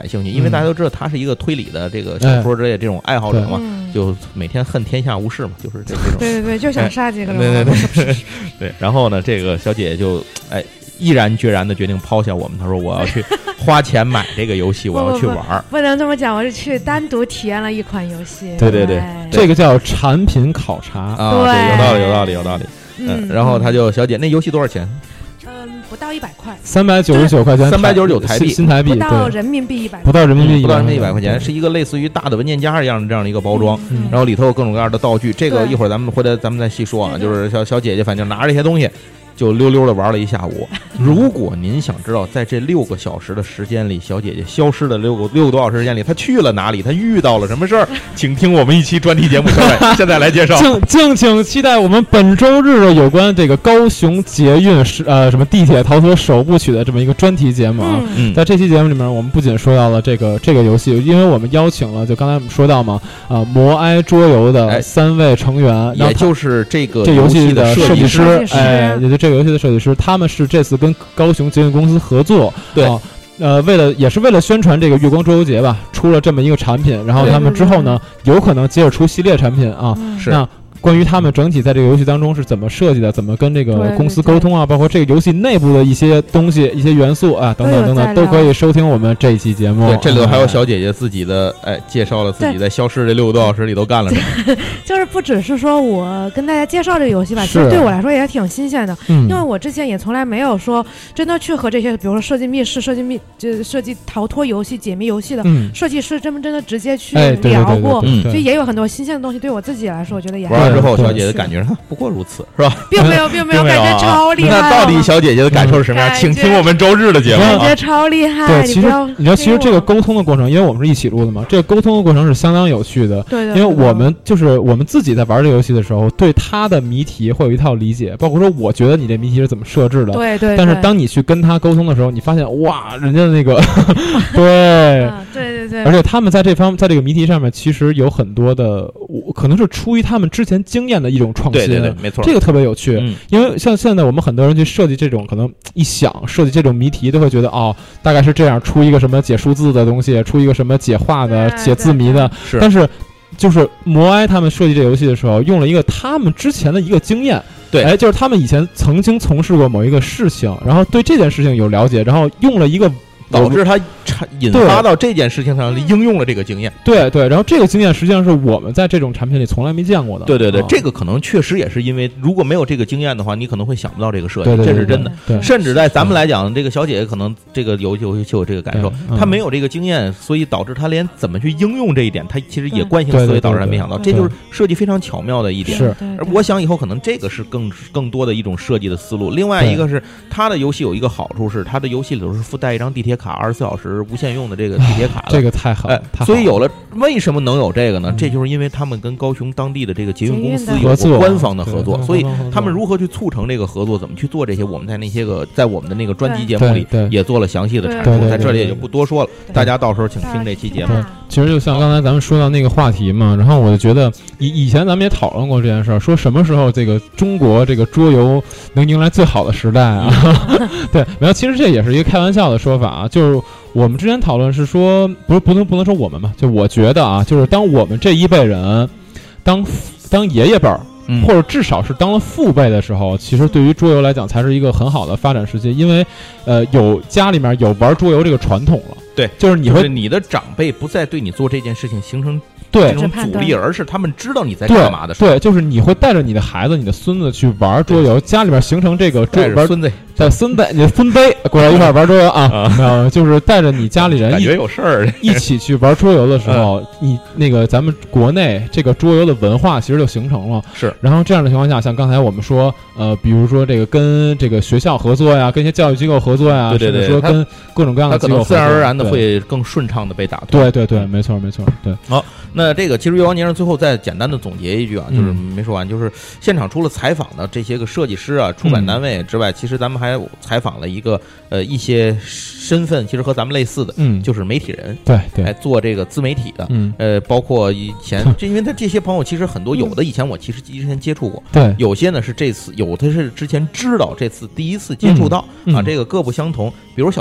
为大家都知道他是一个推理的这个小说之类的这种爱好者嘛， 嗯、 就每天恨天下无事嘛，就是这这种。 对对对，就想杀几个人。 对对对对。然后呢，这个小姐姐就哎毅然决然的决定抛下我们，她说我要去花钱买这个游戏，我要去玩。 不, 不, 不能这么讲，我是去单独体验了一款游戏。 对对对， 这个叫产品考察啊，对，有道理，有道理，有道理。嗯，然后他就小姐，那游戏多少钱？ 嗯，不到一百块， 三百九十九块钱， 三百九十九台币， 新台币， 不到人民币一百， 不到人民币， 不到人民币一百块钱，是一个类似于大的文件夹一样的这样的一个包装， 嗯、 然后里头有各种各样的道具。这个一会儿咱们回来咱们再细说啊。就是小小姐姐，反正拿着这些东西。就溜溜的玩了一下午。如果您想知道在这六个小时的时间里，小姐姐消失的六个六个多小时时间里，她去了哪里，她遇到了什么事儿，请听我们一期专题节目。各位，现在来介绍， 敬敬请期待我们本周日的有关这个高雄捷运呃什么地铁逃脱首部曲的这么一个专题节目啊。 嗯、 在这期节目里面，我们不仅说到了这个这个游戏，因为我们邀请了就刚才我们说到嘛啊、呃、摩埃桌游的三位成员， 哎、也就是这个这游戏的设计师， 哎，也就这个游戏的设计师，他们是这次跟高雄捷运公司合作， 对。 啊呃，为了也是为了宣传这个月光桌游节吧，出了这么一个产品，然后他们之后呢，有可能接着出系列产品啊。 是。 那关于他们整体在这个游戏当中是怎么设计的，怎么跟这个公司沟通啊，包括这个游戏内部的一些东西、一些元素啊，等等等等，都可以收听我们这一期节目。 对，这里头还有小姐姐自己的哎，介绍了自己在消失这六个多小时里都干了什么。 就是不只是说我跟大家介绍这个游戏吧，其实对我来说也挺新鲜的， 嗯、 因为我之前也从来没有说真的去和这些，比如说设计密室、设计密就设计逃脱游戏、解谜游戏的设计师，真真的直接去聊过，所以也有很多新鲜的东西。对我自己来说，我觉得也玩完之后，小姐姐感觉。不过如此，是吧？ 并没有，并没有，感觉超厉害。 那到底小姐姐的感受是什么样？请听我们周日的节目。 感觉超厉害。 对，其实你知道，其实这个沟通的过程，因为我们是一起录的嘛，这个沟通的过程是相当有趣的。 对对。 因为我们就是我们自己在玩这个游戏的时候，对它的谜题会有一套理解，包括说我觉得你这谜题是怎么设置的。 对对。 但是当你去跟他沟通的时候，你发现哇，人家的那个，对， 对对对。 而且他们在这方在这个谜题上面，其实有很多的，可能是出于他们之前经验的一种创新。 对对对，没错。 这个特别有趣， 嗯、 因为像现在我们很多人去设计这种，可能一想设计这种谜题，都会觉得哦，大概是这样，出一个什么解数字的东西，出一个什么解画的、解字谜的。 是， 但是就是摩埃他们设计这个游戏的时候，用了一个他们之前的一个经验， 对， 哎，就是他们以前曾经从事过某一个事情，然后对这件事情有了解，然后用了一个。 导致它引发到这件事情上应用了这个经验， 对对，然后这个经验实际上是我们在这种产品里从来没见过的。 对对对， 啊、 这个可能确实也是因为如果没有这个经验的话，你可能会想不到这个设计， 对对对对这是真的。 对对甚至在咱们来讲，这个小姐姐可能这个游戏游戏就有这个感受，她没有这个经验，所以导致她连怎么去应用这一点，她其实也惯性思维导致她没想到，这就是设计非常巧妙的一点。 是， 而我想以后可能这个是更更多的一种设计的思路。另外一个是它的游戏有一个好处是，它的游戏里头是附带一张地铁卡，二十四小时。无限用的这个地铁卡， 这个太好了， 哎，所以有了。为什么能有这个呢？这就是因为他们跟高雄当地的这个捷运公司有过官方的合作，所以他们如何去促成这个合作，怎么去做这些，我们在那些个在我们的那个专辑节目里也做了详细的阐述，在这里也就不多说了。大家到时候请听这期节目。 其实就像刚才咱们说到那个话题嘛，然后我就觉得以以前咱们也讨论过这件事儿，说什么时候这个中国这个桌游能迎来最好的时代啊？对，然后其实这也是一个开玩笑的说法啊，就是。我们之前讨论是说，不是不能不能说我们嘛，就我觉得啊，就是当我们这一辈人，当当爷爷辈儿， 嗯、 或者至少是当了父辈的时候，其实对于桌游来讲才是一个很好的发展时期，因为呃有家里面有玩桌游这个传统了， 对， 就是你会、 就是、你的长辈不再对你做这件事情形成。 对这种阻力，而是他们知道你在干嘛的时候， 对，就是你会带着你的孩子、你的孙子去玩桌游，家里面形成这个桌玩孙子， 带孙子，你的孙辈过来一块玩桌游啊，啊，就是带着你家里人， 感觉有事儿， 一起去玩桌游的时候，你那个咱们国内这个桌游的文化其实就形成了， 是。 然后这样的情况下，像刚才我们说，呃，比如说这个跟这个学校合作呀，跟一些教育机构合作呀， 对对对， 甚至说跟各种各样的机构合作， 自然而然的会更顺畅的被打通。 对对对，没错没错，对。 好。那这个其实月光年上最后再简单的总结一句啊，就是没说完，就是现场除了采访的这些个设计师啊、出版单位之外，其实咱们还采访了一个呃一些身份，其实和咱们类似的， 嗯， 就是媒体人， 对对， 来做这个自媒体的， 嗯， 呃，包括以前，就因为他这些朋友其实很多，有的以前我其实之前接触过， 对， 有些呢是这次，有的是之前知道，这次第一次接触到啊，这个各不相同，比如小柴。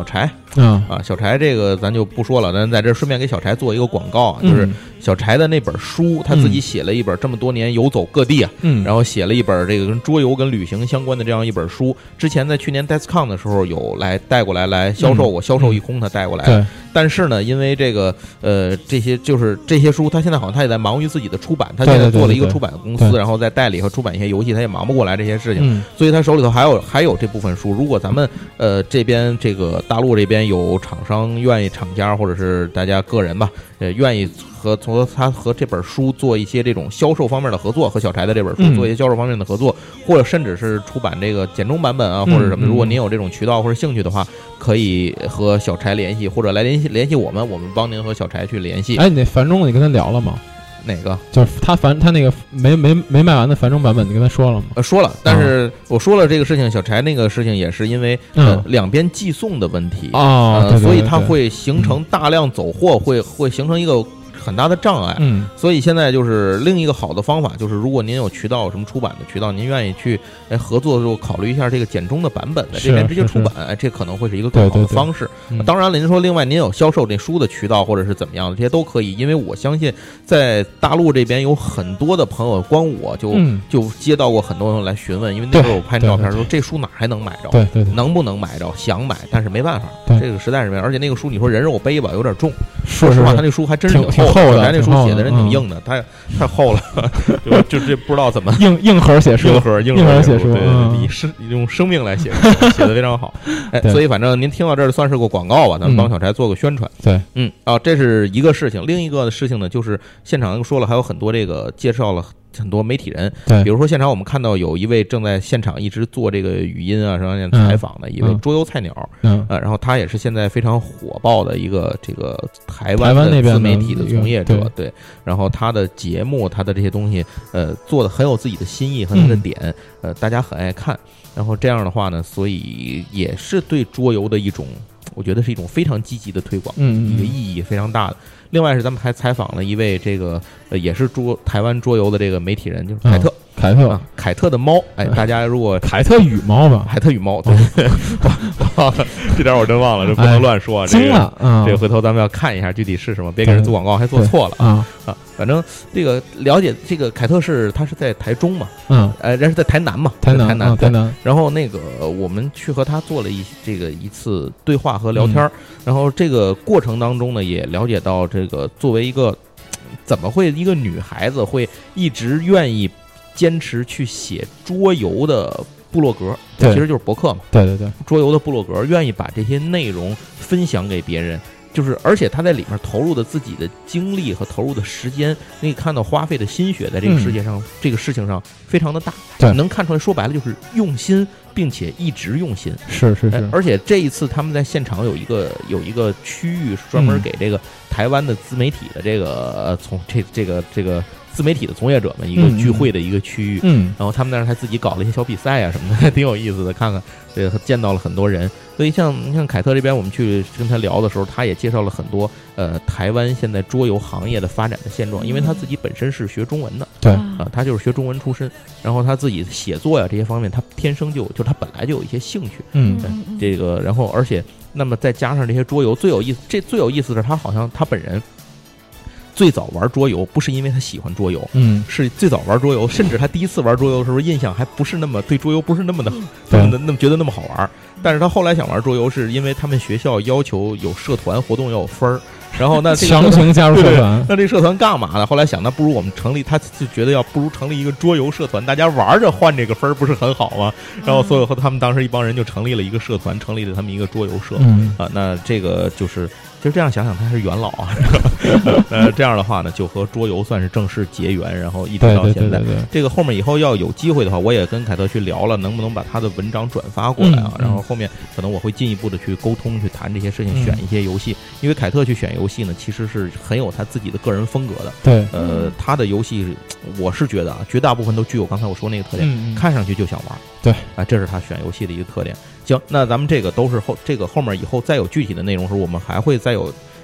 嗯啊，小柴这个咱就不说了，咱在这顺便给小柴做一个广告啊，就是小柴的那本书，他自己写了一本这么多年游走各地啊，嗯，然后写了一本这个跟桌游跟旅行相关的这样一本书。之前在去年 DESCON 的时候有来带过来来销售过，销售一空他带过来。 对。 但是呢，因为这个呃这些就是这些书，他现在好像他也在忙于自己的出版，他现在做了一个出版公司，然后在代理和出版一些游戏，他也忙不过来这些事情，嗯、所以他手里头还有还有这部分书。如果咱们呃这边这个大陆这边有厂商愿意，厂家或者是大家个人吧，呃愿意和从他和这本书做一些这种销售方面的合作，和小柴的这本书做一些销售方面的合作，嗯、或者甚至是出版这个简中版本啊，或者什么。如果您有这种渠道或者兴趣的话，可以和小柴联系，或者来联系联系我们，我们帮您和小柴去联系。 哎，你那繁中你跟他聊了吗？ 哪个？ 就是他繁他那个没没没卖完的繁中版本，你跟他说了吗？ 呃，说了，但是我说了这个事情，小柴那个事情也是因为、嗯、呃两边寄送的问题啊、哦呃， 所以它会形成大量走货，嗯、会会形成一个很大的障碍。 嗯， 所以现在就是另一个好的方法，就是如果您有渠道，什么出版的渠道，您愿意去哎合作的时候，考虑一下这个简中的版本的这边直接出版，哎，这可能会是一个更好的方式。 对对对， 当然了，您说另外您有销售这书的渠道或者是怎么样的，这些都可以，因为我相信在大陆这边有很多的朋友，光我就、嗯、就接到过很多人来询问，因为那时候我拍照片说这书哪还能买着， 对对对， 能不能买着，想买，但是没办法，这个实在是没办法，而且那个书你说人肉背吧有点重，说实话他那书还真是挺厚的， 咱那书写的人挺硬的，太太厚了，就就这不知道怎么硬硬核写书， 硬核硬核写书， 对，以生用生命来写，写的非常好。哎，所以反正您听到这儿算是个广告吧，咱们帮小柴做个宣传。 对， 嗯啊，这是一个事情，另一个的事情呢，就是现场说了还有很多这个介绍了。很多媒体人， 对， 比如说现场我们看到有一位正在现场一直做这个语音啊，然后采访的一位桌游菜鸟， 嗯， 呃，然后他也是现在非常火爆的一个这个台湾的自媒体的从业者，对, 对，然后他的节目，他的这些东西，呃，做的很有自己的新意和他的点，嗯、呃，大家很爱看，然后这样的话呢，所以也是对桌游的一种，我觉得是一种非常积极的推广， 嗯， 一个意义非常大的。另外是咱们还采访了一位这个呃也是桌台湾桌游的这个媒体人，就是凯特， 嗯、凯特、 啊，凯特的猫，哎，大家如果凯特羽猫吧， 凯特羽猫，对，忘了这点我真忘了，这不能乱说， 惊了， 这个、嗯、这个回头咱们要看一下具体是什么，别给人做广告还做错了啊啊！反正这个了解这个凯特是他是在台中嘛， 嗯， 呃，人是在台南嘛， 台南台南、 啊、台南， 然后那个我们去和他做了一这个一次对话和聊天、嗯，然后这个过程当中呢，也了解到这个作为一个怎么会一个女孩子会一直愿意坚持去写桌游的部落格，其实就是博客嘛， 对对对， 桌游的部落格，愿意把这些内容分享给别人。就是而且他在里面投入的自己的精力和投入的时间，你看到花费的心血在这个世界上、嗯、这个事情上非常的大， 对， 能看出来，说白了就是用心，并且一直用心， 是是是。 而且这一次他们在现场有一个有一个区域是专门给这个台湾的自媒体的这个、呃、从这这个这个自媒体的从业者们一个聚会的一个区域， 嗯， 然后他们那儿还自己搞了一些小比赛啊什么的，还挺有意思的，看看这个见到了很多人。所以像你像凯特这边，我们去跟他聊的时候，他也介绍了很多呃台湾现在桌游行业的发展的现状，因为他自己本身是学中文的， 对啊、呃，他就是学中文出身，然后他自己写作呀这些方面，他天生就就他本来就有一些兴趣， 嗯， 呃、这个然后而且那么再加上这些桌游，最有意思，这最有意思的是他好像他本人。最早玩桌游不是因为他喜欢桌游， 嗯， 是最早玩桌游，甚至他第一次玩桌游的时候，印象还不是那么对桌游不是那么的那么的那么觉得那么好玩。但是他后来想玩桌游，是因为他们学校要求有社团活动要有分儿，然后那这个强行加入社团， 那这社团干嘛呢？后来想，那不如我们成立，他就觉得要不如成立一个桌游社团，大家玩着换这个分儿不是很好吗？然后所以和他们当时一帮人就成立了一个社团，成立了他们一个桌游社， 嗯啊，那这个就是。就这样想想，他是元老啊。呃，这样的话呢，就和桌游算是正式结缘，然后一直到现在。 对对对对对， 这个后面以后要有机会的话，我也跟凯特去聊了，能不能把他的文章转发过来啊？ 嗯、 然后后面可能我会进一步的去沟通、去谈这些事情，选一些游戏。嗯、因为凯特去选游戏呢，其实是很有他自己的个人风格的。 对， 呃，他的游戏，我是觉得啊，绝大部分都具有刚才我说那个特点， 嗯、 看上去就想玩。 对， 啊，这是他选游戏的一个特点。行，那咱们这个都是后这个后面以后再有具体的内容时候，我们还会再有。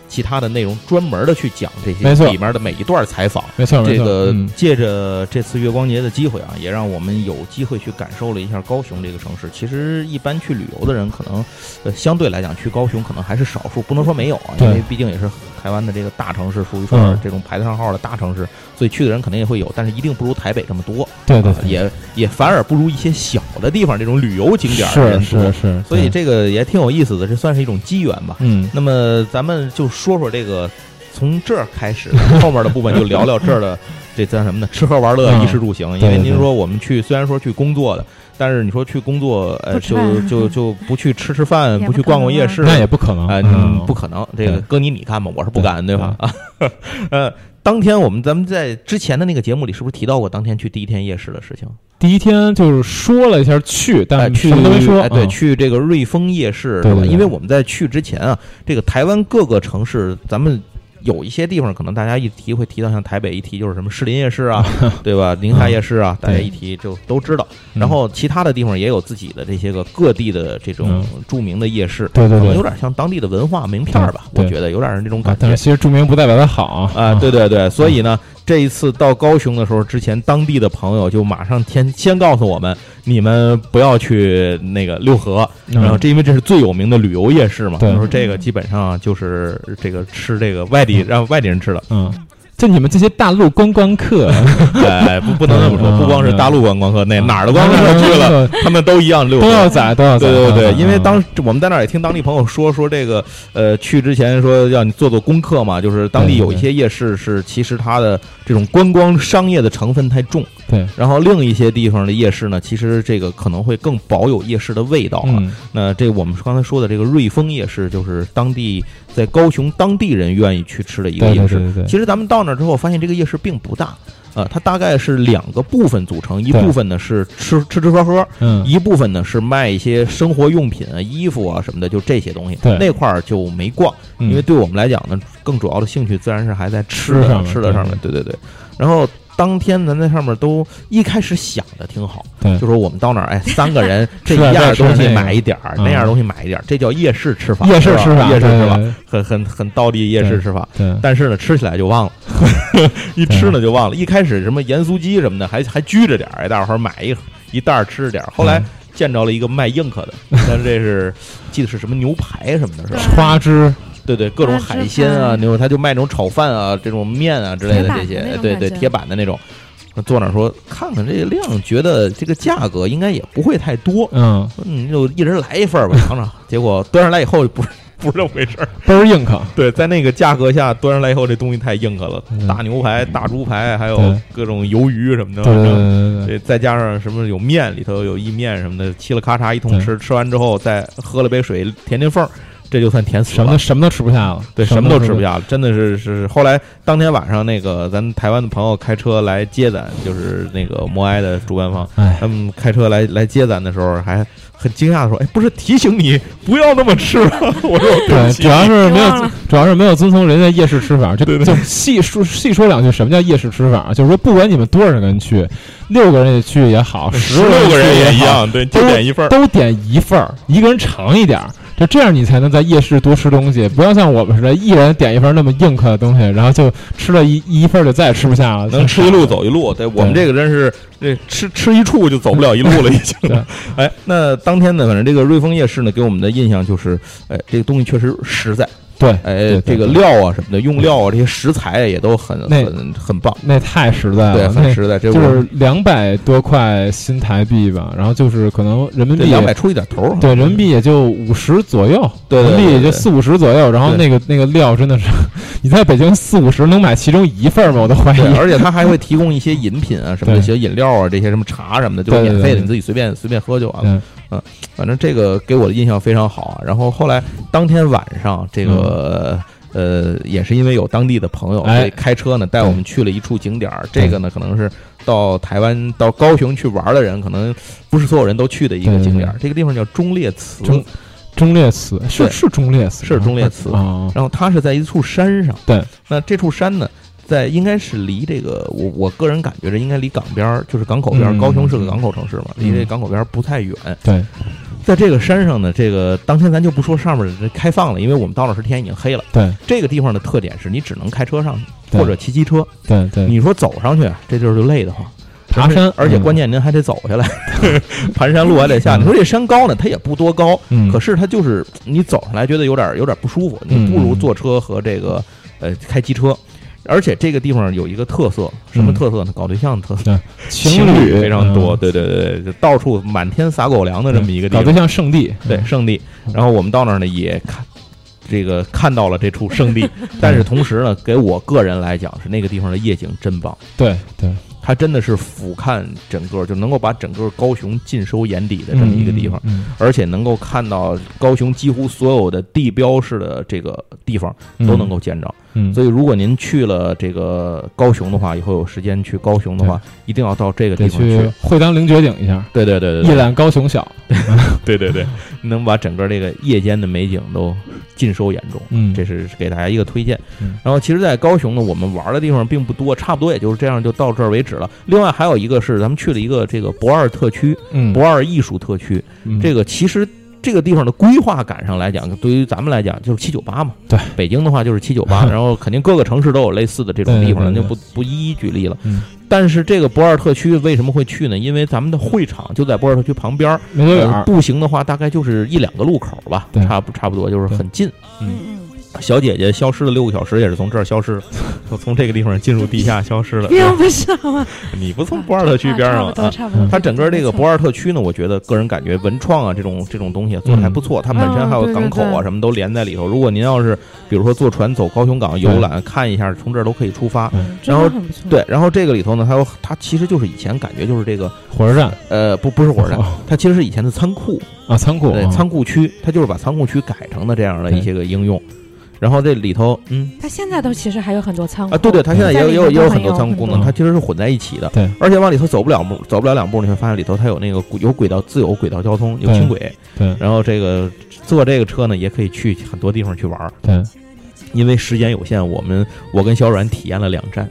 其他的内容专门的去讲这些里面的每一段采访。 没错， 这个、 嗯、 借着这次月光节的机会啊，也让我们有机会去感受了一下高雄这个城市。其实一般去旅游的人可能呃相对来讲去高雄可能还是少数，不能说没有啊，因为毕竟也是台湾的这个大城市，属于说这种排得上号的大城市、嗯，所以去的人肯定也会有，但是一定不如台北这么多。 对对、对、 呃，也也反而不如一些小的地方这种旅游景点的人多。 是是是， 所以这个也挺有意思的，这算是一种机缘吧。 嗯， 那么咱们就说说这个，从这儿开始，后面的部分就聊聊这儿的这叫什么呢？吃喝玩乐、衣食住行。 嗯、 因为您说我们去，虽然说去工作的。但是你说去工作，呃，就就就不去吃吃饭，不去逛逛夜市， 那也不可能， 呃、嗯，不可能。这个搁你你看吧，我是不敢，对, 对吧？啊，呃，当天我们咱们在之前的那个节目里，是不是提到过当天去第一天夜市的事情？ 第一天就是说了一下去，但去什么都没说。 哎，对，嗯、去这个瑞丰夜市， 对吧？ 因为我们在去之前啊，这个台湾各个城市，咱们。有一些地方可能大家一提会提到，像台北一提就是什么士林夜市啊，对吧？宁夏夜市啊，大家一提就都知道。然后其他的地方也有自己的这些个各地的这种著名的夜市， 对对对， 有点像当地的文化名片吧，我觉得有点这种感觉。 但是其实著名不代表它好啊，对对对，所以呢，这一次到高雄的时候，之前当地的朋友就马上先先告诉我们，你们不要去那个六合，然后这因为这是最有名的旅游夜市嘛，他说这个基本上就是这个吃这个外地让外地人吃的， 嗯。就你们这些大陆观光客， 哎，不不能这么说，不光是大陆观光客，那哪儿的观光客去了，他们都一样溜， 都要宰，都要宰。 对对对，因为当我们在那儿也听当地朋友说说这个，呃，去之前说要你做做功课嘛，就是当地有一些夜市是其实它的这种观光商业的成分太重， 对。 然后另一些地方的夜市呢，其实这个可能会更保有夜市的味道啊。那这我们刚才说的这个瑞丰夜市，就是当地。在高雄当地人愿意去吃的一个夜市， 对对对对， 其实咱们到那之后发现这个夜市并不大，呃，它大概是两个部分组成，一部分呢是吃吃吃喝喝， 嗯， 一部分呢是卖一些生活用品啊、衣服啊什么的，就这些东西。那块儿就没逛， 嗯， 因为对我们来讲呢，更主要的兴趣自然是还在吃的上吃的上面，对对对。然后当天咱在上面都一开始想的挺好， 对， 就说我们到哪儿，哎，三个人这一样东西买一点儿，那样东西买一点儿，这叫夜市吃法， 夜市吃法， 夜市吃法，很很很道地夜市吃法。 对， 但是呢，吃起来就忘了，一吃呢就忘了。一开始什么盐酥鸡什么的，还还拘着点儿，哎，大伙儿买一一袋吃着点儿。后来见着了一个卖硬壳的，但是这是记得是什么牛排什么的，是吧？ 花枝。 对对，各种海鲜啊，牛他就卖这种炒饭啊，这种面啊之类的这些，对对，铁板的那种。坐那说看看这个量，觉得这个价格应该也不会太多， 嗯嗯，就一人来一份吧，尝尝。结果端上来以后不是不是这么回事儿， 倍儿硬壳。 对，在那个价格下端上来以后，这东西太硬壳了，嗯、大牛排、大猪排，还有各种鱿鱼什么的， 对对对对， 再加上什么有面，里头有意面什么的，嘁了咔嚓一通吃，吃完之后再喝了杯水填填缝。这就算甜死了， 什么什么都吃不下了， 对，什么都吃不下了，真的是是。后来当天晚上，那个咱台湾的朋友开车来接咱，就是那个摩埃的主办方，他们开车来来接咱的时候，还很惊讶的说：“哎，不是提醒你不要那么吃吗？”我说：“ 对，主要是没有，主要是没有遵从人家夜市吃法，就就细说细说两句什么叫夜市吃法，就是说不管你们多少个人去，六个人去也好，十六个人也一样，对，就点一份， 都点一份，一个人尝一点。”就这样，你才能在夜市多吃东西，不要像我们似的，一人点一份那么硬壳的东西，然后就吃了一一份就再也吃不下了。 能吃一路走一路，对我们这个真是这吃吃一处就走不了一路了，已经。哎，那当天呢，反正这个瑞丰夜市呢，给我们的印象就是，哎，这个东西确实实在。 对， 哎，这个料啊什么的，用料啊这些食材也都很很很棒， 那太实在了， 对，很实在。这就是两百多块新台币吧，然后就是可能人民币两百出一点头， 对，人民币也就五十左右， 对， 人民币也就四五十左右。然后那个那个料真的是，你在北京四五十能买其中一份吗？我都怀疑。 而且他还会提供一些饮品啊，什么的，些饮料啊，这些什么茶什么的，就是免费的，你自己随便随便喝就完了。嗯，反正这个给我的印象非常好啊。然后后来当天晚上这个。呃，也是因为有当地的朋友，所以开车呢带我们去了一处景点儿。这个呢，可能是到台湾、到高雄去玩的人，可能不是所有人都去的一个景点儿。这个地方叫忠烈祠， 忠烈祠是是忠烈祠， 是忠烈祠啊。然后它是在一处山上， 对。 那这处山呢，在应该是离这个我我个人感觉这应该离港边儿，就是港口边儿。高雄是个港口城市嘛，离这港口边儿不太远。 对。 在这个山上呢，这个当天咱就不说上面的开放了，因为我们到那时天已经黑了。 对， 这个地方的特点是你只能开车上去，或者骑机车。 对对， 你说走上去，这地儿就累得慌。 爬山， 而且关键您还得走下来，嗯、盘山路还得下。你说这山高呢，它也不多高， 嗯、 可是它就是你走上来觉得有点有点不舒服，你不如坐车和这个呃开机车。而且这个地方有一个特色，什么特色呢？嗯、搞对象的特色，情侣非常多。嗯、对对对，就到处满天撒狗粮的这么一个地方， 搞对象圣地， 对圣地。然后我们到那儿呢，也看这个看到了这处圣地，但是同时呢，给我个人来讲，是那个地方的夜景真棒。 对对。 它真的是俯瞰整个，就能够把整个高雄尽收眼底的这么一个地方， 嗯嗯、 而且能够看到高雄几乎所有的地标式的这个地方都能够见着。 嗯、 所以如果您去了这个高雄的话，以后有时间去高雄的话，一定要到这个地方去会当凌绝顶一下。 对对对对， 一览高雄小。 对对对，能把整个这个夜间的美景都尽收眼中。 嗯， 这是给大家一个推荐。 嗯、 然后其实，在高雄呢，我们玩的地方并不多，差不多也就是这样，就到这儿为止了。另外还有一个是咱们去了一个这个博二特区， 嗯， 博二艺术特区， 嗯、 这个其实这个地方的规划感上来讲，对于咱们来讲就是七九八嘛， 对， 北京的话就是七九八，然后肯定各个城市都有类似的这种地方， 咱就不不一一举例了。 嗯， 但是这个博二特区为什么会去呢？因为咱们的会场就在博二特区旁边， 没多远、 呃，步行的话大概就是一两个路口吧，差不差不多就是很近。 嗯。 小姐姐消失了六个小时，也是从这儿消失了，从这个地方进入地下消失了。 并不是吗？ 你不从博尔特区边上吗？ 啊，差不多。 它整个这个博尔特区呢，我觉得个人感觉文创啊这种这种东西做的还不错。它本身还有港口啊什么都连在里头。如果您要是比如说坐船走高雄港游览看一下，从这儿都可以出发。然后对，然后这个里头呢，它有它其实就是以前感觉就是这个火车站， 呃，不不是火车站，它其实是以前的仓库啊，仓库对仓库区，它就是把仓库区改成的这样的一些个应用。然后这里头，嗯， 它现在都其实还有很多仓库啊，对对，它现在也有也有也有很多仓库功能，它其实是混在一起的。 对， 而且往里头走不了步，走不了两步，你会发现里头它有那个有轨道自由轨道交通，有轻轨。 对， 然后这个坐这个车呢，也可以去很多地方去玩。 对， 因为时间有限，我们我跟小阮体验了两站，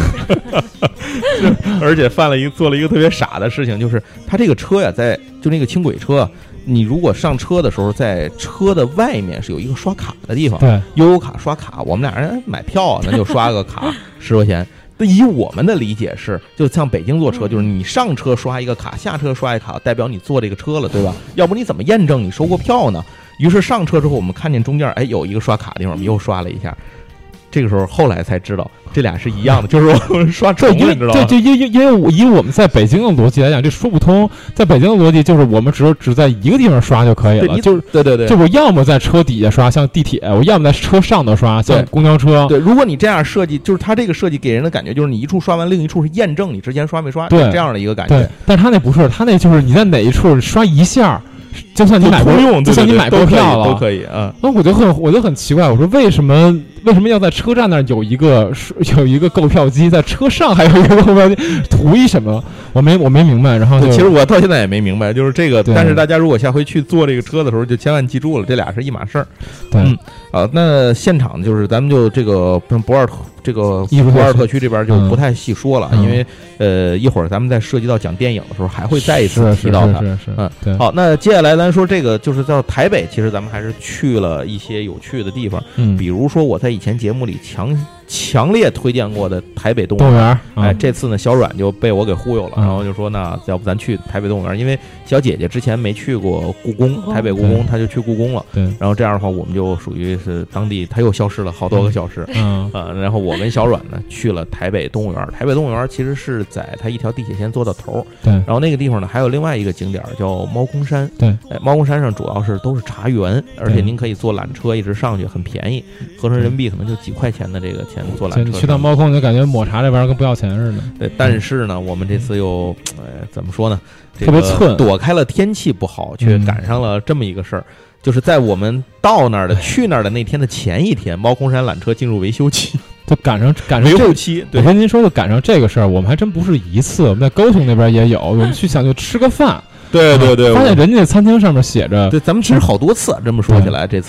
而且犯了一个做了一个特别傻的事情，就是它这个车呀，在就那个轻轨车。你如果上车的时候，在车的外面是有一个刷卡的地方， 对， 悠游卡刷卡，我们俩人买票啊，那就刷个卡十块钱。那以我们的理解是，就像北京坐车，就是你上车刷一个卡，下车刷一卡，代表你坐这个车了，对吧？要不你怎么验证你收过票呢？于是上车之后，我们看见中间哎有一个刷卡的地方，我们又刷了一下。这个时候后来才知道，这俩是一样的，就是我们刷重了，你知道吗？ 对，就因因因为我以我们在北京的逻辑来讲，这说不通。在北京的逻辑就是我们只只在一个地方刷就可以了，就是对对对， 就我要么在车底下刷，像地铁；我要么在车上头刷，像公交车。 对，如果你这样设计，就是它这个设计给人的感觉就是你一处刷完，另一处是验证你之前刷没刷， 对这样的一个感觉。 对，但是他那不是，他那就是你在哪一处刷一下。就算你买过用， 就算你买过票了， 都可以啊。 那我就很，我就很奇怪，我说为什么为什么要在车站那儿有一个有一个购票机，在车上还有一个购票机，图一什么？我没我没明白。然后其实我到现在也没明白，就是这个。但是大家如果下回去坐这个车的时候，就千万记住了，这俩是一码事儿。 对， 嗯，啊，那现场就是咱们就这个博尔这个博尔特区这边就不太细说了， 嗯、 因为呃一会儿咱们在涉及到讲电影的时候，还会再一次提到它。 是是是是嗯， 对。 好，那接下来咱说这个就是到台北，其实咱们还是去了一些有趣的地方， 嗯， 比如说我在以前节目里强强烈推荐过的台北动物园，园嗯、哎，这次呢小阮就被我给忽悠了， 嗯、 然后就说那要不咱去台北动物园，因为小姐姐之前没去过故宫，台北故宫，她就去故宫了， 对， 然后这样的话我们就属于是当地，她又消失了好多个小时， 嗯啊、呃，然后我跟小阮呢去了台北动物园，台北动物园其实是在它一条地铁线做到头， 对， 然后那个地方呢还有另外一个景点叫猫空山， 对， 哎，猫空山上主要是都是茶园，而且您可以坐缆车一直上去，很便宜，合成人民币可能就几块钱的这个钱坐缆车。 去到猫空就感觉抹茶这玩意儿跟不要钱似的。 对，但是呢，我们这次又，呃，怎么说呢？ 特别寸， 躲开了天气不好，却赶上了这么一个事儿，嗯、就是在我们到那儿的、去那儿的那天的前一天，猫空山缆车进入维修期。 就赶上赶上维护期，对， 我跟您说，就赶上这个事儿，我们还真不是一次，我们在高雄那边也有，我们去想就吃个饭。 对对对， 发现人家餐厅上面写着， 对，咱们吃好多次，这么说起来，这次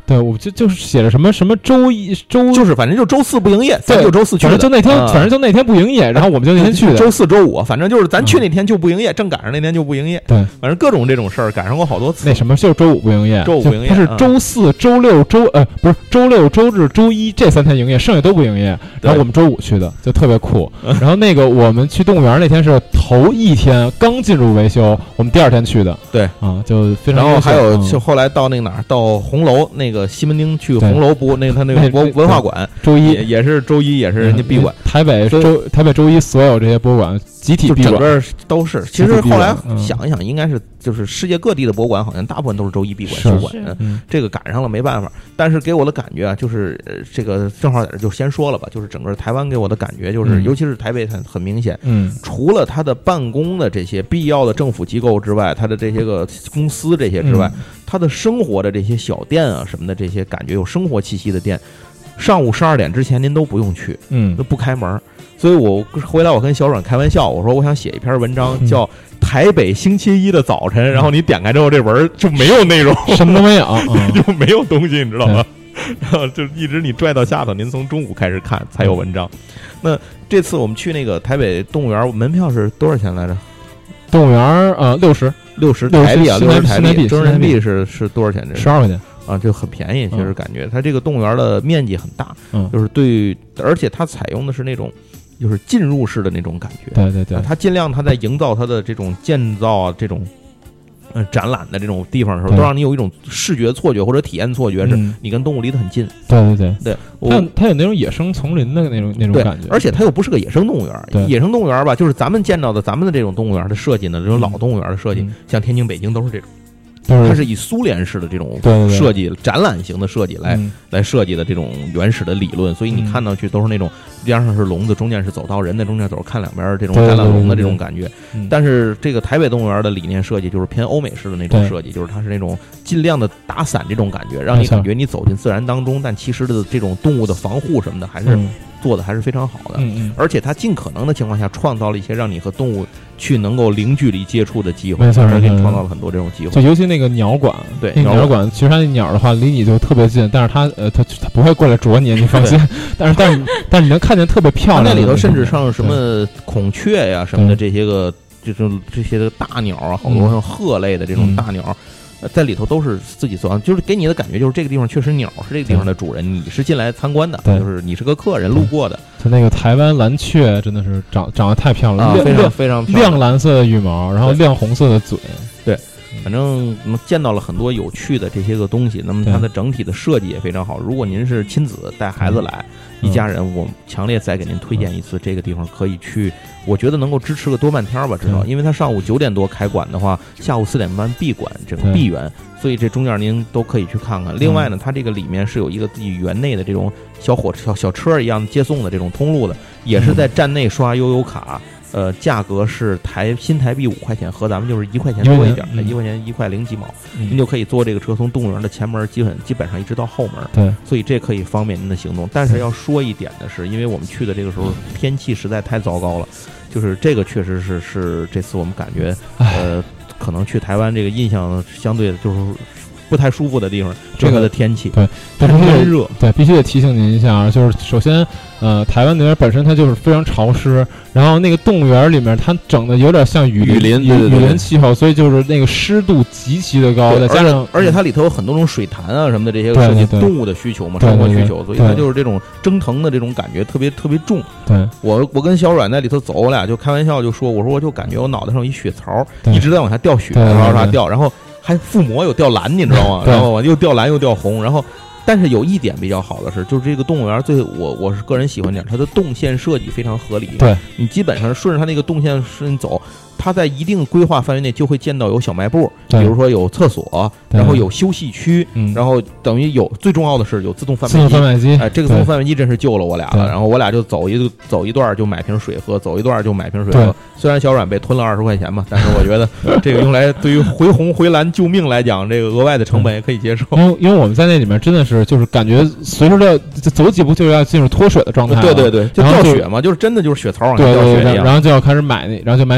对，我就就是写着什么什么周一周， 就是反正就周四不营业，咱就周四去的， 反正就那天、 嗯， 反正就那天不营业，然后我们就那天去的。 周四周五，反正就是咱去那天就不营业，嗯、正赶上那天就不营业。 对， 反正各种这种事儿赶上过好多次。 那什么就是周五不营业， 周五不营业， 它是周四、嗯、周六、周呃不是周六、周日、周一这三天营业，剩下都不营业。然后我们周五去的，就特别酷。然后那个我们去动物园那天是头一天刚进入维修，我们第二天去的。 对啊，就非常。 然后还有嗯、 就后来到那个哪儿，到红楼那个西门町去红楼博那个他那个博文化馆， 周一也也是周一也是人家闭馆。 台北周台北周一所有这些博物馆集体闭馆， 整个都是。其实后来想一想，应该是就是世界各地的博物馆，好像大部分都是周一闭馆休馆。嗯，这个赶上了没办法。但是给我的感觉啊，就是呃，这个正好在这就先说了吧，就是整个台湾给我的感觉就是， 嗯、 尤其是台北很很明显， 嗯， 除了它的办公的这些必要的政府机构之外，它的这些个公司这些之外， 嗯、 它的生活的这些小店啊什么的，这些感觉有生活气息的店，上午十二点之前您都不用去， 嗯， 都不开门。所以我回来我跟小阮开玩笑，我说我想写一篇文章叫《台北星期一的早晨》，然后你点开之后这文就没有内容， 什么都没有， 就没有东西，你知道吗？然后就一直你拽到下头，您从中午开始看才有文章。那这次我们去那个台北动物园，门票是多少钱来着？ 动物园呃六十六十台币啊，六十台币， 真人民币是是多少钱？这十二块钱啊，就很便宜。其实感觉它这个动物园的面积很大， 嗯， 就是对，而且它采用的是那种。就是进入式的那种感觉， 对对对， 他尽量他在营造他的这种建造啊，这种呃展览的这种地方的时候，都让你有一种视觉错觉或者体验错觉，是你跟动物离得很近。 对对对对， 它它有那种野生丛林的那种那种感觉， 而且它又不是个野生动物园。野生动物园吧，就是咱们见到的咱们的这种动物园的设计呢，这种老动物园的设计， 嗯、 像天津、北京都是这种。它是以苏联式的这种设计、展览型的设计来、 嗯、 来设计的这种原始的理论，所以你看到去都是那种边上是笼子，中间是走道，人在中间走，看两边这种展览笼的这种感觉。但是这个台北动物园的理念设计就是偏欧美式的那种设计，就是它是那种尽量的打散这种感觉，让你感觉你走进自然当中，但其实的这种动物的防护什么的还是。嗯做的还是非常好的， 嗯嗯， 而且它尽可能的情况下创造了一些让你和动物去能够零距离接触的机会， 没错， 给你创造了很多这种机会。 就尤其那个鸟馆， 对， 那鸟馆其实它那鸟的话离你就特别近，但是它呃它它不会过来啄你，你放心。但是但是但是你能看见特别漂亮的， 那里头甚至像什么孔雀呀什么的这些个这种这些个大鸟啊，好多像鹤类的这种大鸟。 嗯在里头都是自己做，就是给你的感觉就是这个地方确实鸟是这个地方的主人，你是进来参观的，就是你是个客人路过的。 就那个台湾蓝雀真的是长长得太漂亮了， 啊、非常非常漂亮， 亮蓝色的羽毛，然后亮红色的嘴， 对。反正见到了很多有趣的这些个东西，那么它的整体的设计也非常好。如果您是亲子带孩子来， 嗯、 一家人，我强烈再给您推荐一次这个地方，可以去。我觉得能够支持个多半天吧，至少，因为它上午九点多开馆的话，下午四点半闭馆，这个闭园，所以这中间您都可以去看看。另外呢，它这个里面是有一个自己园内的这种小火小小车一样接送的这种通路的，也是在站内刷悠游卡。呃，价格是台新台币五块钱，和咱们就是一块钱多一点， 嗯、 一块钱一块零几毛， 嗯、 您就可以坐这个车从动物园的前门，基本基本上一直到后门。 对， 所以这可以方便您的行动。但是要说一点的是，因为我们去的这个时候天气实在太糟糕了，就是这个确实是是这次我们感觉呃，可能去台湾这个印象相对就是不太舒服的地方，这个的天气对， 太闷热， 对，必须得提醒您一下，就是首先，呃，台湾那边本身它就是非常潮湿，然后那个动物园里面它整的有点像雨雨林雨雨林气候，所以就是那个湿度极其的高，再加上而且它里头有很多种水潭啊什么的这些涉及动物的需求嘛，生活需求，所以它就是这种蒸腾的这种感觉特别特别重。 对， 我我跟小阮在里头走，我俩就开玩笑就说，我说我就感觉我脑袋上有一血槽，一直在往下掉血，往下掉，然后。还附魔有掉蓝，你知道吗？然后又掉蓝又掉红，然后，但是有一点比较好的是，就是这个动物园最我我是个人喜欢点，它的动线设计非常合理。 对， 你基本上顺着它那个动线顺走，它在一定规划范围内就会见到有小卖部，比如说有厕所，然后有休息区，然后等于有最重要的是有自动贩卖机。 贩卖机， 哎，这个自动贩卖机真是救了我俩了。然后我俩就走一走一段就买瓶水喝，走一段就买瓶水喝。虽然小阮被吞了二十块钱吧，但是我觉得这个用来对于回红回蓝救命来讲，这个额外的成本也可以接受。 因为因为我们在那里面真的是就是感觉随时要走几步就要进入脱水的状态。 对对对，就掉血嘛，就是真的就是血槽往下掉血一样。 然后就要开始买那，然后就买水买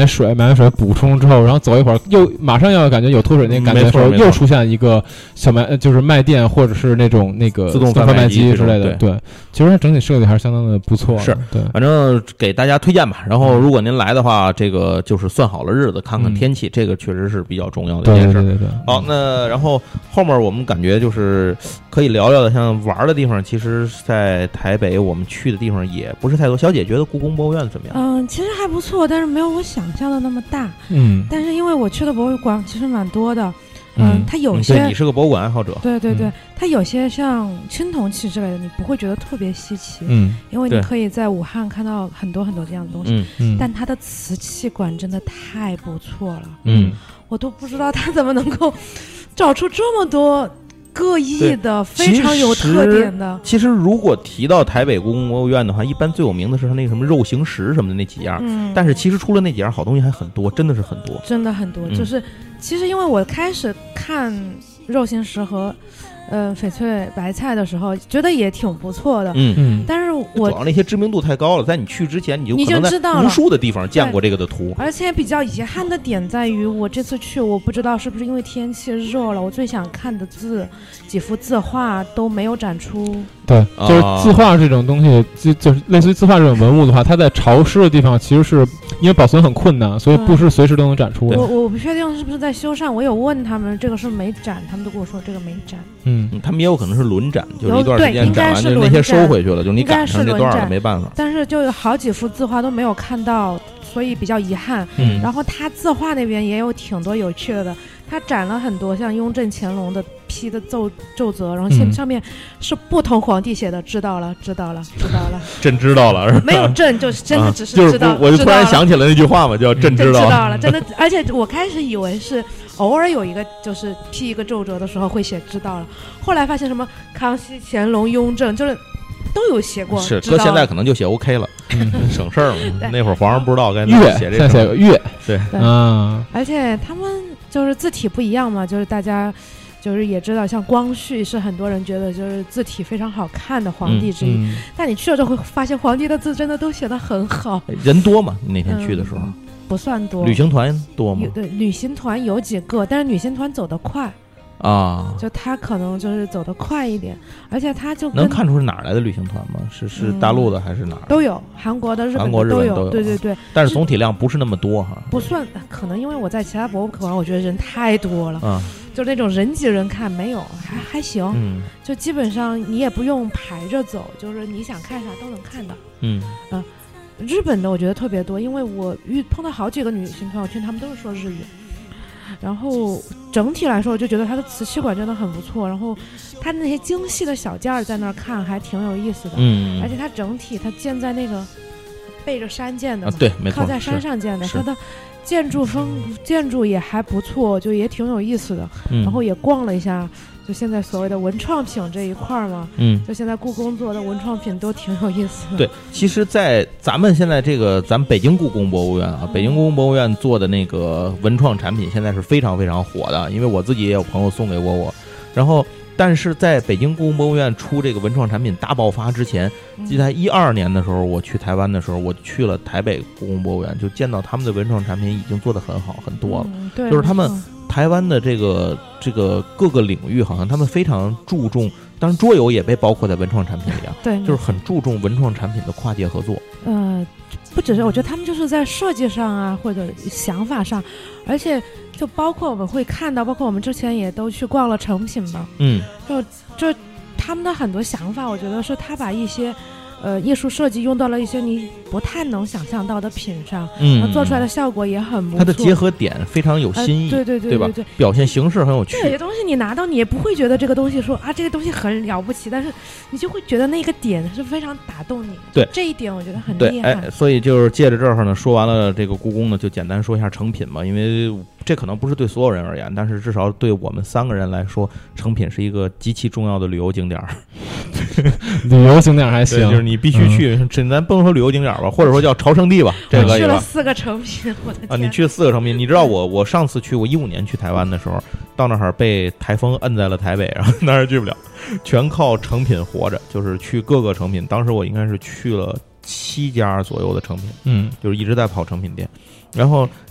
买水补充之后，然后走一会儿又马上要感觉有脱水那感觉的时候，又出现一个小卖就是卖店或者是那种那个自动贩卖机之类的。 对， 对，其实它整体设计还是相当的不错的。 是， 对， 反正给大家推荐吧。然后如果您来的话，这个就是算好了日子，看看天气，嗯、这个确实是比较重要的一件事。 对对对对。 好，那然后后面我们感觉就是可以聊聊的，像玩的地方，其实在台北我们去的地方也不是太多。小姐觉得故宫博物院怎么样？ 嗯，其实还不错，但是没有我想象的那么大。 嗯， 但是因为我去的博物馆其实蛮多的。嗯，它有些、 嗯、对你是个博物馆爱好者， 对对对，嗯、它有些像青铜器之类的，你不会觉得特别稀奇， 嗯， 因为你可以在武汉看到很多很多这样的东西， 嗯嗯， 但它的瓷器馆真的太不错了， 嗯， 我都不知道它怎么能够找出这么多各异的非常有特点的。 其实如果提到台北故宫博物院的话，一般最有名的是它那个什么肉形石什么的那几样， 嗯， 但是其实除了那几样好东西还很多，真的是很多， 真的很多， 嗯、 就是其实因为我开始看肉形石和呃翡翠白菜的时候，觉得也挺不错的， 嗯嗯， 但是我主要那些知名度太高了，在你去之前你就你就知道无数的地方见过这个的图。 而且比较遗憾的点在于，我这次去，我不知道是不是因为天气热了，我最想看的字几幅字画都没有展出。 对，就是字画这种东西，就就是类似于字画这种文物的话，它在潮湿的地方，其实是因为保存很困难，所以不是随时都能展出的。 我我不确定是不是在修缮，我有问他们这个是没展，他们都跟我说这个没展。 嗯， 他们也有可能是轮展，就是一段时间展完， 就那些收回去了，就你赶上这段了，没办法。 但是就有好几幅字画都没有看到，所以比较遗憾。 嗯， 然后他字画那边也有挺多有趣的，他展了很多像雍正、乾隆的批的奏奏折，然后现上面是不同皇帝写的，知道了，知道了，知道了， 真知道了，是吧？ 没有朕，就是真的只是知道。 啊、就是我就突然想起了那句话嘛，叫朕知道了， 知道了，真的。而且我开始以为是偶尔有一个就是批一个奏折的时候会写知道了，后来发现什么康熙、乾隆、雍正就是都有写过， 是搁现在可能就写 OK 了，嗯、省事儿嘛。那会儿皇上不知道该写这个， 现在写个月， 对， 嗯。 而且他们就是字体不一样嘛，就是大家就是也知道，像光绪是很多人觉得就是字体非常好看的皇帝之一， 嗯嗯、 但你去了之后会发现皇帝的字真的都写得很好。 人多嘛？你那天去的时候、嗯、 不算多。 旅行团多吗？ 对，旅行团有几个，但是旅行团走得快。 啊， 就他可能就是走得快一点，而且他就能看出是哪儿来的旅行团吗？是是大陆的还是哪儿、 嗯？都有，韩国的、日本的都有， 都有。 对对对。 但是总体量不是那么多哈。 不算，可能因为我在其他博物馆，我觉得人太多了， 嗯， 就那种人挤人看没有，还还行， 嗯， 就基本上你也不用排着走，就是你想看啥都能看到， 嗯啊。日本的我觉得特别多，因为我遇碰到好几个旅行团，我听他们都是说日语。然后整体来说，我就觉得它的瓷器馆真的很不错。然后它那些精细的小件儿在那儿看还挺有意思的。 嗯， 而且它整体它建在那个背着山建的嘛， 啊、对，没错， 靠在山上建的，它的建筑风建筑也还不错，就也挺有意思的。 嗯、 然后也逛了一下。就现在所谓的文创品这一块嘛， 嗯， 就现在故宫做的文创品都挺有意思的。 对，其实，在咱们现在这个咱们北京故宫博物院啊，嗯、北京故宫博物院做的那个文创产品，现在是非常非常火的。因为我自己也有朋友送给过我，然后，但是在北京故宫博物院出这个文创产品大爆发之前，记得在一二年的时候，我去台湾的时候，我去了台北故宫博物院，就见到他们的文创产品已经做得很好很多了， 嗯、对， 就是他们。台湾的这个这个各个领域，好像他们非常注重，当然桌游也被包括在文创产品里啊， 对， 就是很注重文创产品的跨界合作。 呃，不只是，我觉得他们就是在设计上啊，或者想法上，而且就包括我们会看到，包括我们之前也都去逛了成品嘛， 嗯， 就就他们的很多想法，我觉得是他把一些。呃，艺术设计用到了一些你不太能想象到的品上， 嗯， 做出来的效果也很不错。 它的结合点非常有新意， 呃、对对对对吧？ 对对， 表现形式很有趣。 有些东西你拿到你也不会觉得这个东西说啊，这个东西很了不起，但是你就会觉得那个点是非常打动你。 对， 这一点我觉得很厉害。哎，所以就是借着这儿呢，说完了这个故宫呢，就简单说一下成品嘛，因为这可能不是对所有人而言，但是至少对我们三个人来说，成品是一个极其重要的旅游景点。 旅游景点还行， 就是你必须去。嗯、咱不能说旅游景点吧，或者说叫朝圣地吧。这个我去了四个成品，我的天啊！你去了四个成品，你知道我我上次去，我一五年去台湾的时候，到那儿被台风摁在了台北，然后那儿去不了，全靠成品活着，就是去各个成品。当时我应该是去了七家左右的成品， 嗯， 就是一直在跑成品店。然后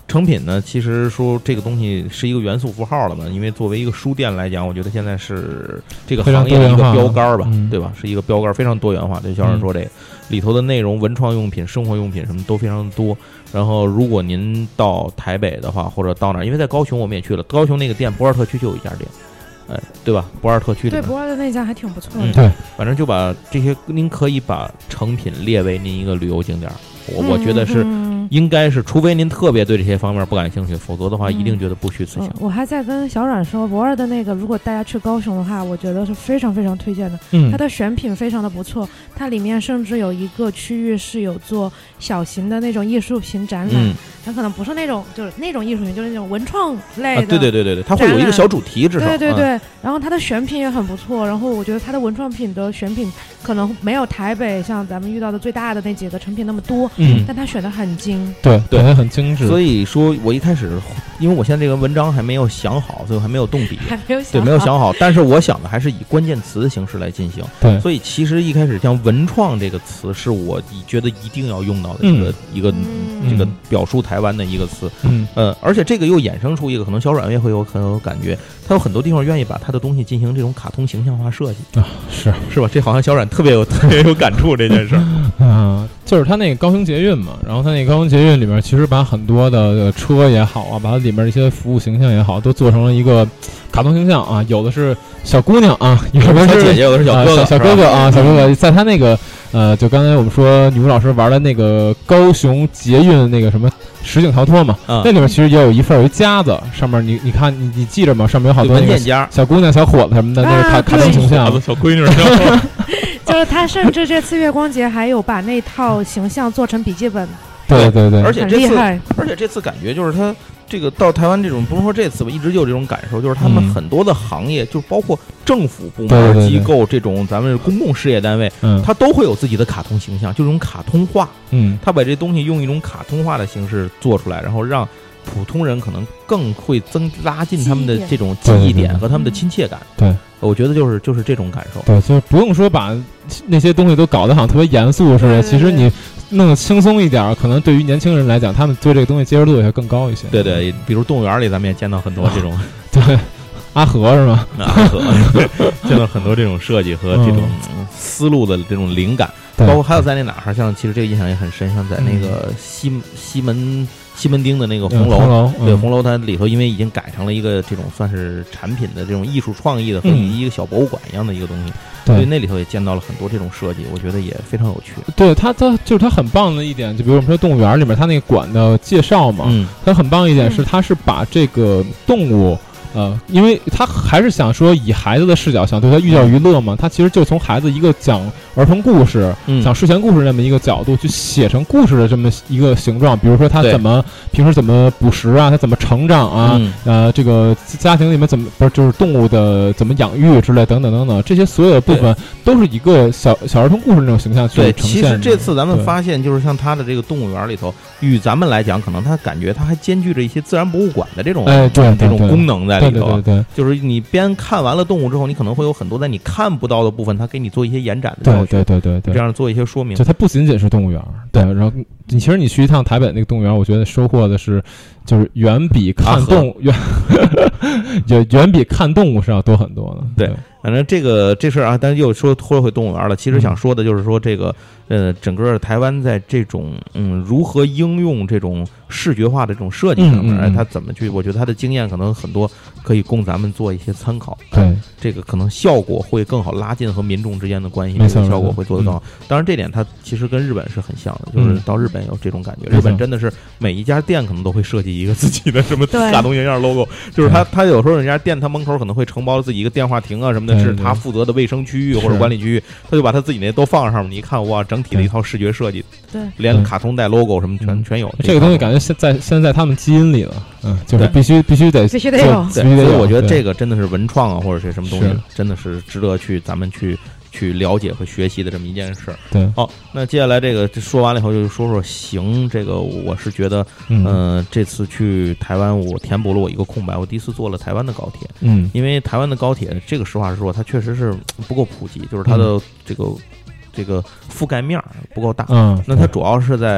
成品呢，其实说这个东西是一个元素符号了嘛，因为作为一个书店来讲，我觉得现在是这个行业的一个标杆吧， 嗯、 对吧？是一个标杆，非常多元化。对小冉说这个、嗯、里头的内容、文创用品、生活用品什么都非常多。然后，如果您到台北的话，或者到哪儿，因为在高雄我们也去了，高雄那个店博尔特区就有一家店。哎，对吧？博尔特区里对博尔特那家还挺不错的。 嗯，对，反正就把这些，您可以把成品列为您一个旅游景点。我、嗯、我觉得是应该是，除非您特别对这些方面不感兴趣，否则的话一定觉得不虚此行。 嗯、我还在跟小冉说，博尔的那个，如果大家去高雄的话，我觉得是非常非常推荐的。 嗯， 它的选品非常的不错，它里面甚至有一个区域是有做小型的那种艺术品展览。嗯，它可能不是那种就是那种艺术品，就是那种文创类的。啊、 对对对对对，它会有一个小主题，至少。 对对对， 嗯、 然后它的选品也很不错，然后我觉得它的文创品的选品可能没有台北像咱们遇到的最大的那几个成品那么多。 嗯， 但它选的很精。 对对，它很精致。 所以说我一开始，因为我现在这个文章还没有想好，所以我还没有动笔， 还没有想对没有想好。但是我想的还是以关键词的形式来进行。 对， 所以其实一开始像文创这个词，是我觉得一定要用到的一个、嗯、一个、嗯、这个表述台湾的一个词。 嗯呃，而且这个又衍生出一个，可能小冉也会有很有感觉，他有很多地方愿意把他的东西进行这种卡通形象化设计啊，是是吧？这好像小冉特别有特别有感触这件事儿啊，就是他那个高雄捷运嘛，然后他那个高雄捷运里面其实把很多的车也好啊，把它里面一些服务形象也好，都做成了一个卡通形象啊，有的是小姑娘啊，有的是姐姐，有的是小哥哥， 啊、小哥哥啊，小哥哥，在他那个呃，就刚才我们说女巫老师玩的那个高雄捷运那个什么实景逃脱嘛， 嗯、 那里面其实也有一份有一夹子，上面你你看你你记着吗？上面有好多那个小姑娘、小伙子什么的，那个卡、啊、卡通形象， 小闺女。 就是他甚至这次月光节还有把那套形象做成笔记本。 对对对， 而且这次，而且这次感觉就是他这个到台湾这种，不是说这次吧，一直就有这种感受，就是他们很多的行业，嗯、就包括政府部门、机构这种咱们公共事业单位， 嗯， 它都会有自己的卡通形象，就这种卡通化， 嗯， 他把这东西用一种卡通化的形式做出来，然后让普通人可能更会增拉近他们的这种记忆点和他们的亲切感。 对，对我觉得就是就是这种感受。 对，就是不用说把那些东西都搞得好像特别严肃似的，其实你弄得轻松一点，可能对于年轻人来讲，他们对这个东西接受度也会更高一些。 对对，比如动物园里咱们也见到很多这种，啊、 对，阿和是吗？ 阿和见到很多这种设计和这种思路的这种灵感，包括还有在那哪儿，像其实这个印象也很深，像在那个西、嗯、西门。西门町的那个红楼， 嗯、红楼对、 嗯、 红楼，它里头因为已经改成了一个这种算是产品的这种艺术创意的和一个小博物馆一样的一个东西， 嗯、 所以那里头也见到了很多这种设计，我觉得也非常有趣。 对它，它就是它很棒的一点，就比如我们说动物园里面它那个馆的介绍嘛， 嗯， 它很棒一点是它是把这个动物。呃，因为他还是想说以孩子的视角，想对他寓教于乐嘛。他其实就从孩子一个讲儿童故事、 嗯、 讲睡前故事那么一个角度去写成故事的这么一个形状。比如说他怎么平时怎么捕食啊，他怎么成长啊， 嗯、 呃，这个家庭里面怎么不是就是动物的怎么养育之类等等等等，这些所有的部分都是一个小小儿童故事那种形象去呈现的。 对，其实这次咱们发现，就是像他的这个动物园里头，与咱们来讲，可能他感觉他还兼具着一些自然博物馆的这种哎对这种功能在里头。 对对对对， 就是你边看完了动物之后，你可能会有很多在你看不到的部分，它给你做一些延展的教学， 对对对对对， 这样做一些说明。 就它不仅仅是动物园，对，然后你其实你去一趟台北那个动物园，我觉得收获的是，就是远比看动物远远远比看动物是要多很多的。 对， 对反正这个这事儿啊，但是又说拖回动物园了。其实想说的就是说，这个呃，整个台湾在这种嗯如何应用这种视觉化的这种设计上面，哎、嗯嗯，他怎么去？我觉得他的经验可能很多可以供咱们做一些参考。 对、 嗯，这个可能效果会更好，拉近和民众之间的关系， 没错， 效果会做得更好。嗯、当然，这点它其实跟日本是很像的，就是到日本有这种感觉。 嗯、 日本真的是每一家店可能都会设计一个自己的什么卡通形象 logo， 就是他他有时候人家店他门口可能会承包自己一个电话亭啊什么的，是他负责的卫生区域或者管理区域，他就把他自己那都放上面，你一看哇，整体的一套视觉设计， 对， 连卡通带 logo 什么全、嗯、全有。 这个东西感觉现在现在他们基因里了，嗯，就是必须必须得必须得有， 所以我觉得这个真的是文创啊，或者是什么东西，真的是值得去咱们去去了解和学习的这么一件事。 对， 好，那接下来这个说完了以后，就说说行。这个我是觉得，嗯、呃，这次去台湾，我填补了我一个空白。我第一次坐了台湾的高铁， 嗯， 因为台湾的高铁，这个实话实说，它确实是不够普及，就是它的这个、嗯、这个覆盖面不够大。 嗯， 那它主要是在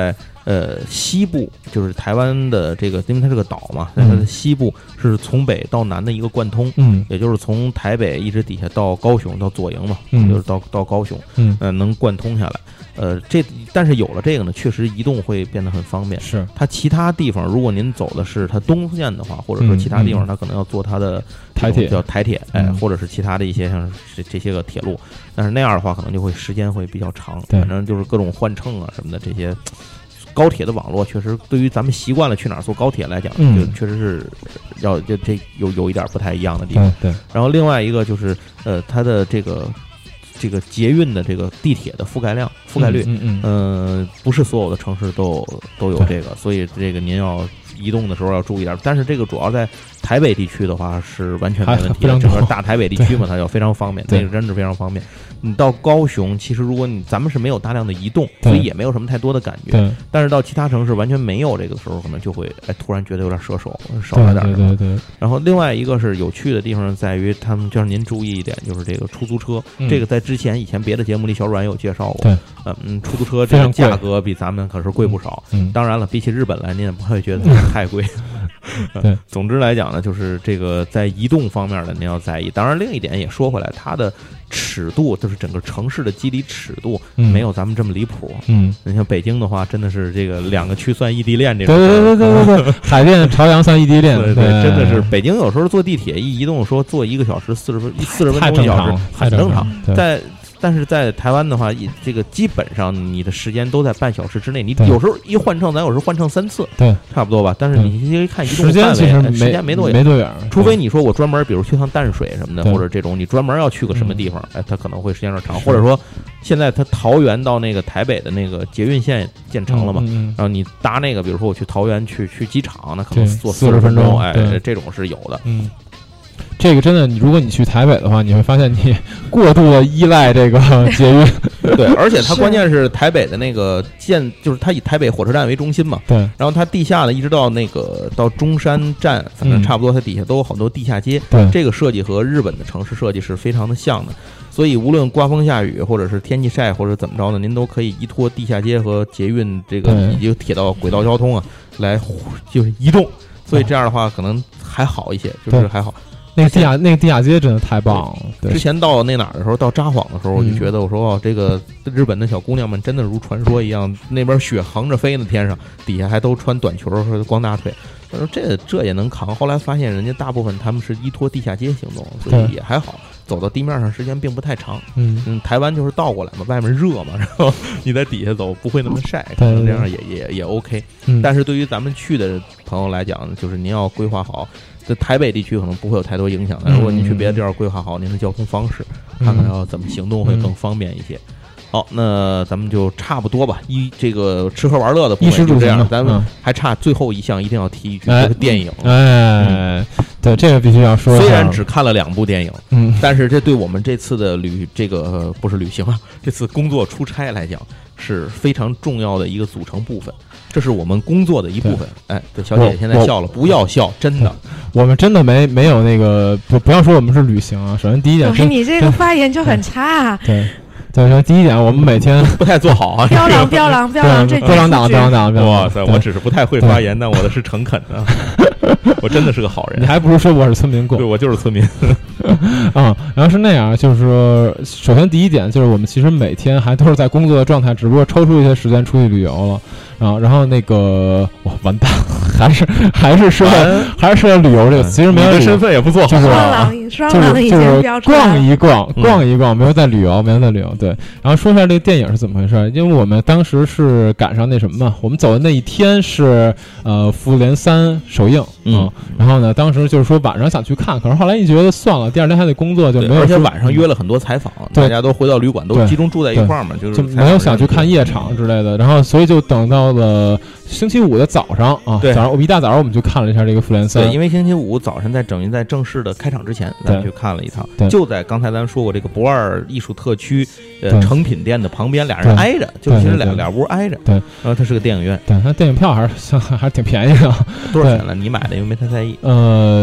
呃西部就是台湾的这个，因为它是个岛嘛，在它的西部是从北到南的一个贯通， 嗯， 也就是从台北一直底下到高雄到左营嘛， 嗯， 就是到到高雄， 嗯， 呃，能贯通下来。呃，这但是有了这个呢，确实移动会变得很方便。 是它其他地方，如果您走的是它东线的话，或者说其他地方，它可能要坐它的台铁， 叫台铁，哎， 嗯、 或者是其他的一些像这这些个铁路，但是那样的话，可能就会时间会比较长。反正就是各种换乘啊什么的这些。高铁的网络确实对于咱们习惯了去哪儿坐高铁来讲， 嗯、 就确实是要就这有有一点不太一样的地方。 对。对然后另外一个就是呃，它的这个。这个捷运的这个地铁的覆盖量、覆盖率， 嗯嗯， 呃，不是所有的城市都有都有这个，所以这个您要移动的时候要注意点。但是这个主要在台北地区的话是完全没问题的，整个大台北地区嘛，它要非常方便，那个真是非常方便。你到高雄，其实如果你咱们是没有大量的移动，所以也没有什么太多的感觉。但是到其他城市完全没有这个的时候，可能就会哎突然觉得有点射手，少了点什么。 对对对。 然后另外一个是有趣的地方在于，他们就让您注意一点，就是这个出租车， 嗯、 这个在之前以前别的节目里小阮有介绍过。 对， 嗯，出租车这个价格比咱们可是贵不少。 嗯， 当然了，比起日本来，您也不会觉得太贵。 对， 总之来讲呢，就是这个在移动方面呢，您要在意。当然，另一点也说回来，它的尺度，就是整个城市的基底尺度，没有咱们这么离谱。 嗯， 你像北京的话，真的是这个两个区算异地恋这种。 对对对对对对，海淀、朝阳算异地恋。 对对，真的是北京有时候坐地铁一移动，说坐一个小时、四十分、四十分钟一小时，很正常。在但是在台湾的话，这个基本上你的时间都在半小时之内。你有时候一换乘，咱有时候换乘三次， 对， 差不多吧。但是你一看移动时间，其实时间没多没多远， 除非你说我专门比如去趟淡水什么的，或者这种你专门要去个什么地方，哎，它可能会时间有点长。或者说现在它桃园到那个台北的那个捷运线建成了嘛，然后你搭那个，比如说我去桃园去去机场，那可能坐四十分钟，哎，这种是有的。 嗯。这个真的，如果你去台北的话，你会发现你过度的依赖这个捷运。 对，而且它关键是台北的那个建，就是它以台北火车站为中心嘛。 对。 然后它地下呢，一直到那个到中山站，反正差不多，它底下都有好多地下街。 对、嗯。 这个设计和日本的城市设计是非常的像的，所以无论刮风下雨，或者是天气晒，或者怎么着呢，您都可以依托地下街和捷运这个以及铁道轨道交通啊，来就是移动。所以这样的话，可能还好一些，就是还好。 那个地下那个地下街真的太棒了。对， 之前到那哪儿的时候，到札幌的时候，我就觉得我说哦，这个日本的小姑娘们真的如传说一样，那边雪横着飞呢，天上底下还都穿短裙和光大腿。我说这这也能扛。后来发现人家大部分他们是依托地下街行动，所以也还好，走到地面上时间并不太长。 嗯嗯，台湾就是倒过来嘛，外面热嘛，然后你在底下走不会那么晒，可能这样也也也 OK。 嗯， 但是对于咱们去的朋友来讲，就是您要规划好。在台北地区可能不会有太多影响的，如果您去别的地儿规划好您的交通方式，看看要怎么行动会更方便一些。好，那咱们就差不多吧。一这个吃喝玩乐的部分就这样，咱们还差最后一项，一定要提一句，这个电影。 哎，对，这个必须要说。 虽然只看了两部电影， 嗯， 但是这对我们这次的旅这个不是旅行啊，这次工作出差来讲是非常重要的一个组成部分。这是我们工作的一部分。哎，对，小姐姐现在笑了，不要笑，真的， 我们真的没没有那个不不要说我们是旅行啊。首先第一点， 你这个发言就很差。 对。对，第一点，我们每天不太做好啊。 彪狼，彪狼，彪狼，这彪狼党，彪狼党， 哇塞！我只是不太会发言，但我的是诚恳的。我真的是个好人。 你还不如说我是村民共。 对，我就是村民。 嗯，然后是那样，就是说，首先第一点就是我们其实每天还都是在工作的状态，只不过抽出一些时间出去旅游了。然后，然后那个，哇，完蛋，还是还是说还是说旅游这个，其实没有你的身份也不错， 就是双狼，双狼已经标出来了。 逛一逛，逛一逛，没有在旅游，没有在旅游。对，然后说一下这个电影是怎么回事，因为我们当时是赶上那什么嘛，我们走的那一天是呃《复联三》首映，嗯，然后呢，当时就是说晚上想去看，可是后来一觉得算了，第二天还得工作，就没有。 而且晚上约了很多采访，大家都回到旅馆，都集中住在一块儿嘛，就是就没有想去看夜场之类的，然后所以就等到了星期五的早上啊，早上我一大早上我们就看了一下这个《复联三》， 对，因为星期五早上在等于在正式的开场之前，咱们去看了一趟，就在刚才咱们说过这个博二艺术特区呃成品店的旁边，俩人挨着，就其实俩俩屋挨着， 对， 然后它是个电影院， 对，它电影票还是还是挺便宜的， 多少钱了？你买的因为没太在意， 呃。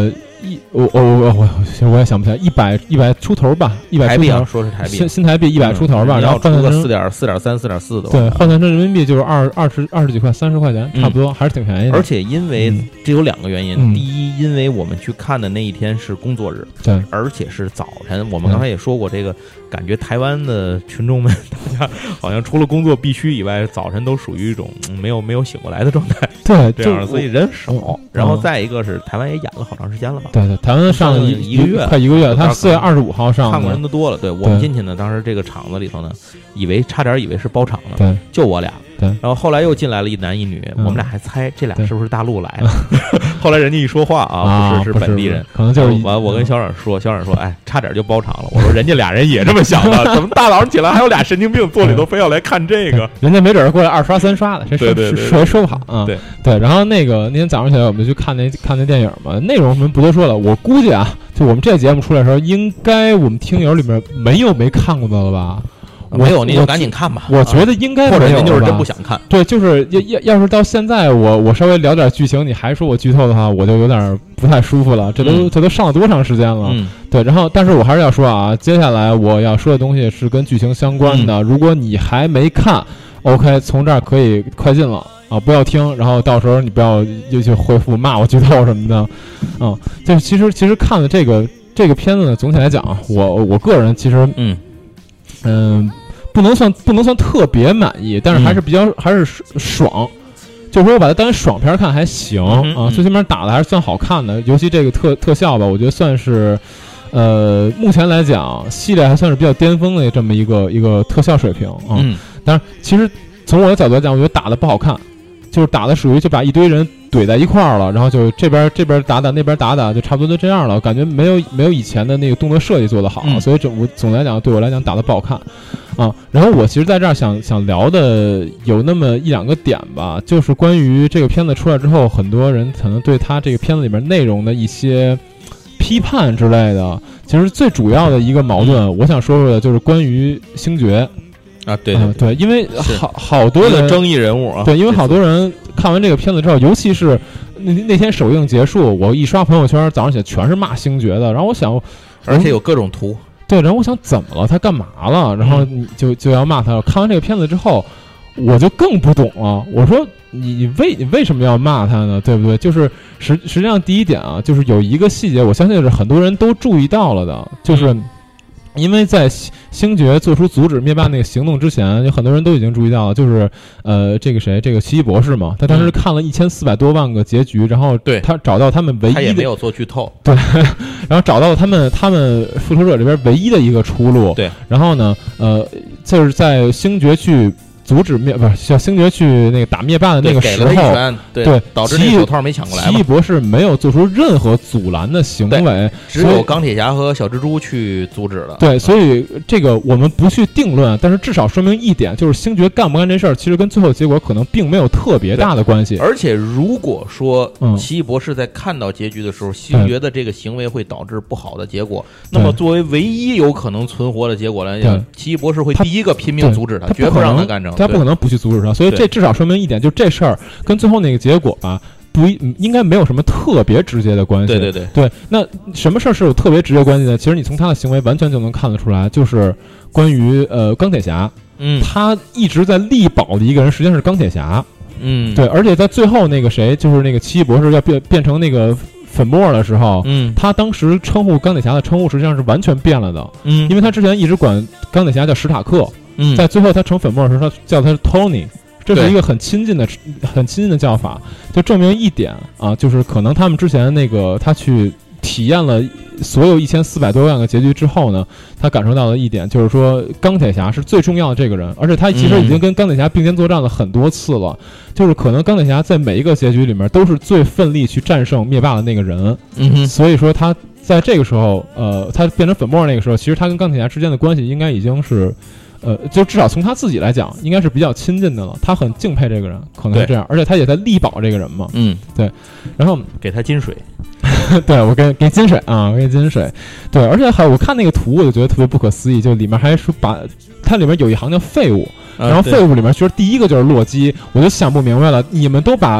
一我我我我我我也想不起来，一百一百出头吧，一百出头， 啊、说是台币， 新新台币一百出头吧， 嗯、 然后换算成四点四点三、四点四的， 对，换算成人民币就是二二十二十几块、三十块钱，差不多、嗯，还是挺便宜的。 而且因为、嗯、这有两个原因、 嗯， 第一，因为我们去看的那一天是工作日， 对， 而且是早晨。我们刚才也说过，这个感觉台湾的群众们，大家好像除了工作必须以外，早晨都属于一种没有没有醒过来的状态。 对， 这样，所以人少。 嗯、 然后再一个是台湾也演了好长时间了吧？ 对对，台湾上了一一个月， 快一个月，他四月二十五号上的， 看过人的多了。对我们进去呢，当时这个场子里头呢，以为差点以为是包场呢， 对， 就我俩。 对， 然后后来又进来了一男一女， 嗯、 我们俩还猜这俩是不是大陆来的。后来人家一说话啊， 啊不是是本地人， 可能就是完。我跟小冉说，小冉说，哎，差点就包场了。我说人家俩人也这么想的，怎么大早上起来还有俩神经病坐里头，非要来看这个？ 人家没准是过来二刷三刷的，谁说谁说不好啊？ 对对。然后那个那天早上起来，我们就去看那看那电影嘛，内容我们不多说了。我估计啊，就我们这节目出来的时候，应该我们听友里面没有没看过的了吧？ 没有，你就赶紧看吧。 我觉得应该或者您就是真不想看。 对，就是要要要是到现在我我稍微聊点剧情，你还说我剧透的话，我就有点不太舒服了。这都、嗯、这都上了多长时间了？ 嗯， 对。然后，但是我还是要说啊，接下来我要说的东西是跟剧情相关的。嗯、如果你还没看 ，OK， 从这儿可以快进了啊，不要听。然后到时候你不要就去回复骂我剧透什么的。嗯，就是其实其实看了这个这个片子呢，总体来讲，我我个人其实嗯嗯。不能算不能算特别满意，但是还是比较、嗯、还是爽，就是说我把它当成爽片看还行、 嗯、 啊，最起码打的还是算好看的，尤其这个特特效吧，我觉得算是，呃，目前来讲系列还算是比较巅峰的这么一个一个特效水平啊。 嗯， 但是其实从我的角度来讲，我觉得打的不好看，就是打的属于就把一堆人怼在一块儿了，然后就这边这边打打那边打打，就差不多就这样了，感觉没有没有以前的那个动作设计做得好， 嗯、 所以总我总的来讲对我来讲打得不好看。啊，然后我其实在这儿想想聊的有那么一两个点吧，就是关于这个片子出来之后，很多人可能对他这个片子里面内容的一些批判之类的。其实最主要的一个矛盾，嗯、我想说说的就是关于星爵啊，对对 对,、 呃、对，因为好好多人争议人物啊， 对，因为好多人看完这个片子之后，尤其是那那天首映结束，我一刷朋友圈，早上起来全是骂星爵的，然后我想， 而且有各种图。 对，然后我想怎么了？他干嘛了？然后你就就要骂他了。看完这个片子之后，我就更不懂了。我说你你为你为什么要骂他呢？对不对？就是实实际上第一点啊，就是有一个细节，我相信是很多人都注意到了的，就是因为在星爵做出阻止灭霸那个行动之前，有很多人都已经注意到了，就是呃这个谁这个奇异博士嘛，他当时看了一千四百多万个结局，然后对他找到他们唯一的， 他也没有做剧透， 对，然后找到了他们他们复仇者这边唯一的一个出路， 对， 然后呢呃就是在星爵去阻止灭不是叫星爵去那个打灭霸的那个时候， 对， 对， 导致那手套没抢过来。 奇异博士没有做出任何阻拦的行为， 只有钢铁侠和小蜘蛛去阻止了。 对，所以这个我们不去定论，但是至少说明一点，就是星爵干不干这事儿，其实跟最后结果可能并没有特别大的关系。 而且如果说奇异博士在看到结局的时候，星爵的这个行为会导致不好的结果，那么作为唯一有可能存活的结果来讲，奇异博士会第一个拼命阻止他，绝不让他干成。 他不可能不去阻止他，所以这至少说明一点，就这事儿跟最后那个结果吧，不应该没有什么特别直接的关系。 对对对对，那什么事儿是有特别直接关系的？其实你从他的行为完全就能看得出来，就是关于呃钢铁侠， 嗯， 他一直在力保的一个人实际上是钢铁侠， 嗯， 对，而且在最后那个谁，就是那个奇异博士要变变成那个粉末的时候， 嗯， 他当时称呼钢铁侠的称呼实际上是完全变了的， 嗯， 因为他之前一直管钢铁侠叫史塔克。 嗯， 在最后他成粉末的时候，他叫他 Tony， 这是一个很亲近的、很亲近的叫法，就证明一点啊，就是可能他们之前那个他去体验了所有一千四百多万个结局之后呢，他感受到了一点，就是说钢铁侠是最重要的这个人，而且他其实已经跟钢铁侠并肩作战了很多次了，嗯、就是可能钢铁侠在每一个结局里面都是最奋力去战胜灭霸的那个人， 嗯， 所以说他在这个时候，呃，他变成粉末那个时候，其实他跟钢铁侠之间的关系应该已经是。呃，就至少从他自己来讲，应该是比较亲近的了。他很敬佩这个人，可能是这样，而且他也在力保这个人嘛。 嗯， 对。然后给他金水， 对我给给金水啊，我给金水。对，而且还我看那个图，我就觉得特别不可思议，就里面还说把它里面有一行叫废物，然后废物里面其实第一个就是洛基，我就想不明白了，你们都把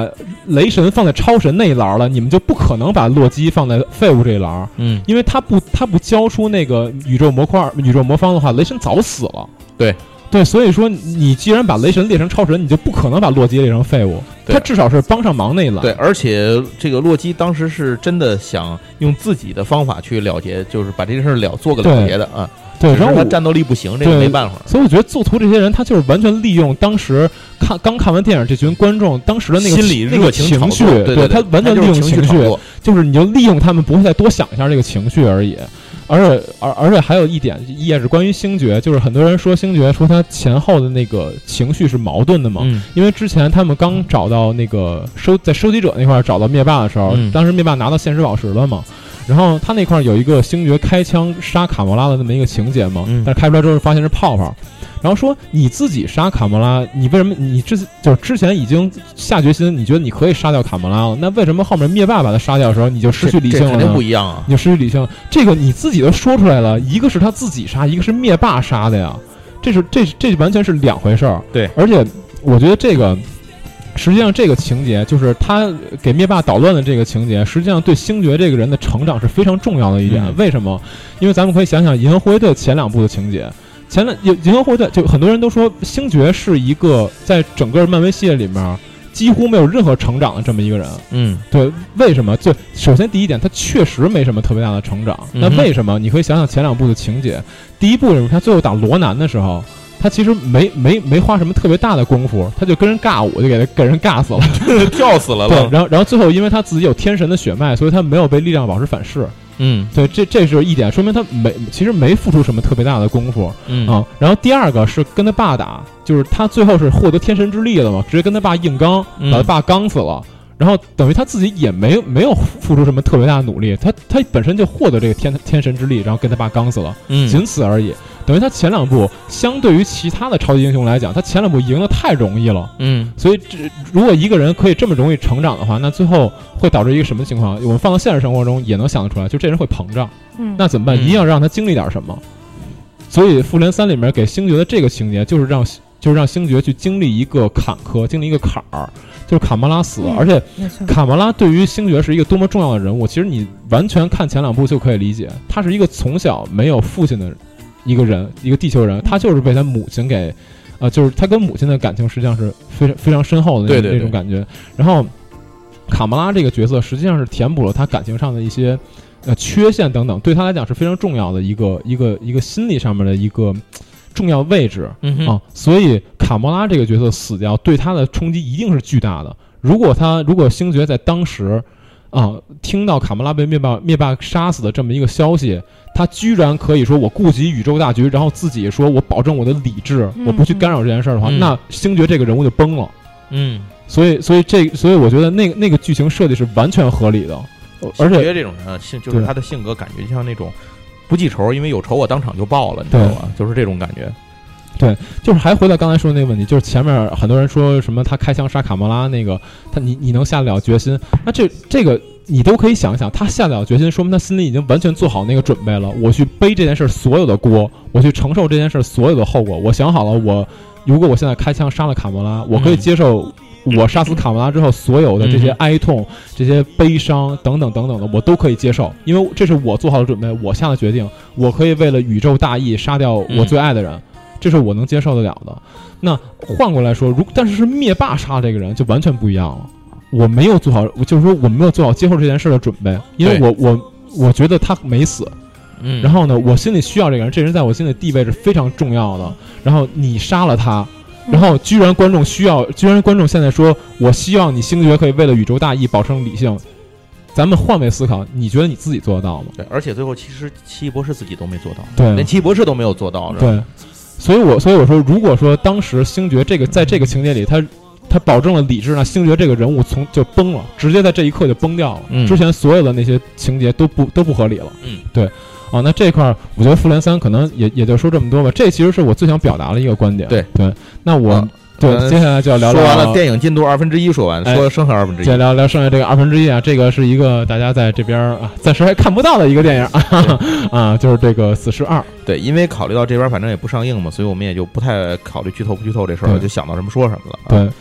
雷神放在超神那一栏了，你们就不可能把洛基放在废物这一栏， 嗯， 因为他不他不交出那个宇宙魔块宇宙魔方的话，雷神早死了。 对对，所以说你既然把雷神列成超神，你就不可能把洛基列成废物，他至少是帮上忙那一栏。 对，而且这个洛基当时是真的想用自己的方法去了结，就是把这件事了做个了结的啊。 对，然后他战斗力不行，这个没办法。 所以我觉得做图这些人，他就是完全利用当时看刚看完电影这群观众当时的那个心理热情情绪， 对对对， 他完全利用情绪， 就是你就利用他们，不会再多想一下这个情绪而已。而且而而且还有一点也是关于星爵，就是很多人说星爵说他前后的那个情绪是矛盾的嘛， 嗯、 因为之前他们刚找到那个收在收集者那块找到灭霸的时候， 嗯、 当时灭霸拿到现实宝石了嘛。然后他那块有一个星爵开枪杀卡魔拉的那么一个情节嘛， 嗯、 但是开出来之后发现是泡泡，然后说你自己杀卡魔拉，你为什么你之就是之前已经下决心，你觉得你可以杀掉卡魔拉了，那为什么后面灭霸把他杀掉的时候你就失去理性了呢？ 这肯定不一样啊， 你就失去理性。这个你自己都说出来了，一个是他自己杀，一个是灭霸杀的呀，这是这这完全是两回事儿。 对， 而且我觉得这个。实际上，这个情节就是他给灭霸捣乱的这个情节，实际上对星爵这个人的成长是非常重要的一点。 嗯、 为什么？因为咱们可以想想《银河护卫队》前两部的情节。前两《银河护卫队》就很多人都说星爵是一个在整个漫威系列里面几乎没有任何成长的这么一个人。 嗯， 对。为什么？就首先第一点，他确实没什么特别大的成长。 嗯、 那为什么？你可以想想前两部的情节。第一部里面，他最后打罗南的时候。他其实没没没花什么特别大的功夫，他就跟人尬舞，就给他给人尬死了， 跳死了。 对，然后然后最后因为他自己有天神的血脉，所以他没有被力量宝石反噬。 嗯， 对，这这是一点，说明他没其实没付出什么特别大的功夫。 嗯啊，然后第二个是跟他爸打，就是他最后是获得天神之力了嘛，直接跟他爸硬刚，把他爸刚死了。嗯然后等于他自己也没没有付出什么特别大的努力，他他本身就获得这个天天神之力，然后跟他爸刚死了， 嗯， 仅此而已。等于他前两部相对于其他的超级英雄来讲，他前两部赢得太容易了， 嗯， 所以这如果一个人可以这么容易成长的话，那最后会导致一个什么情况？我们放到现实生活中也能想得出来，就这人会膨胀， 嗯， 那怎么办？一定要让他经历点什么。所以复联三里面给星爵的这个情节，就是让就是让星爵去经历一个坎坷，经历一个坎儿。就是卡魔拉死了， 嗯、 而且卡魔拉对于星爵是一个多么重要的人物。其实你完全看前两部就可以理解，他是一个从小没有父亲的一个人，一个地球人，他就是被他母亲给，呃，就是他跟母亲的感情实际上是非常非常深厚的那对对对那种感觉。然后卡魔拉这个角色实际上是填补了他感情上的一些呃缺陷等等，对他来讲是非常重要的一个一个一个心理上面的一个。重要位置、 嗯、 啊，所以卡魔拉这个角色死掉，对他的冲击一定是巨大的。如果他如果星爵在当时啊听到卡魔拉被灭霸灭霸杀死的这么一个消息，他居然可以说我顾及宇宙大局，然后自己说我保证我的理智， 嗯、 我不去干扰这件事的话， 嗯、 那星爵这个人物就崩了。 嗯， 所以所以这所以我觉得那个那个剧情设计是完全合理的，而且这种人性就是他的性格感觉像那种。不记仇，因为有仇我当场就报了，你知道吧？就是这种感觉。 对，就是还回到刚才说的那个问题，就是前面很多人说什么他开枪杀卡魔拉那个，他你你能下得了决心？那这这个你都可以想想，他下得了决心，说明他心里已经完全做好那个准备了。我去背这件事所有的锅，我去承受这件事所有的后果。我想好了，我如果我现在开枪杀了卡魔拉，我可以接受。我杀死卡魔拉之后，所有的这些哀痛、嗯、这些悲伤等等等等的，我都可以接受，因为这是我做好的准备，我下的决定，我可以为了宇宙大义杀掉我最爱的人，嗯、这是我能接受得了的。那换过来说，如但是是灭霸杀这个人就完全不一样了。我没有做好，就是说我没有做好接受这件事的准备，因为我我我觉得他没死。 嗯， 然后呢，我心里需要这个人，这人在我心里地位是非常重要的。然后你杀了他。然后居然观众需要，居然观众现在说，我希望你星爵可以为了宇宙大义保证理性。咱们换位思考，你觉得你自己做得到吗？ 对，而且最后其实奇异博士自己都没做到， 对， 连奇异博士都没有做到。 对，所以我所以我说，如果说当时星爵这个在这个情节里，他他保证了理智，那星爵这个人物从就崩了，直接在这一刻就崩掉了。 嗯， 之前所有的那些情节都不都不合理了。 嗯， 对。啊，那这块我觉得复联三可能也也就说这么多吧。这其实是我最想表达的一个观点。 对对，那我。啊对，接下来就要聊聊。 说完了电影进度二分之一，说完， 哎、 说剩下二分之一。 接聊聊剩下这个二分之一啊，这个是一个大家在这边啊暂时还看不到的一个电影啊，啊，就是这个《死侍二》。 对，因为考虑到这边反正也不上映嘛，所以我们也就不太考虑剧透不剧透这事儿了，就想到什么说什么了。 对，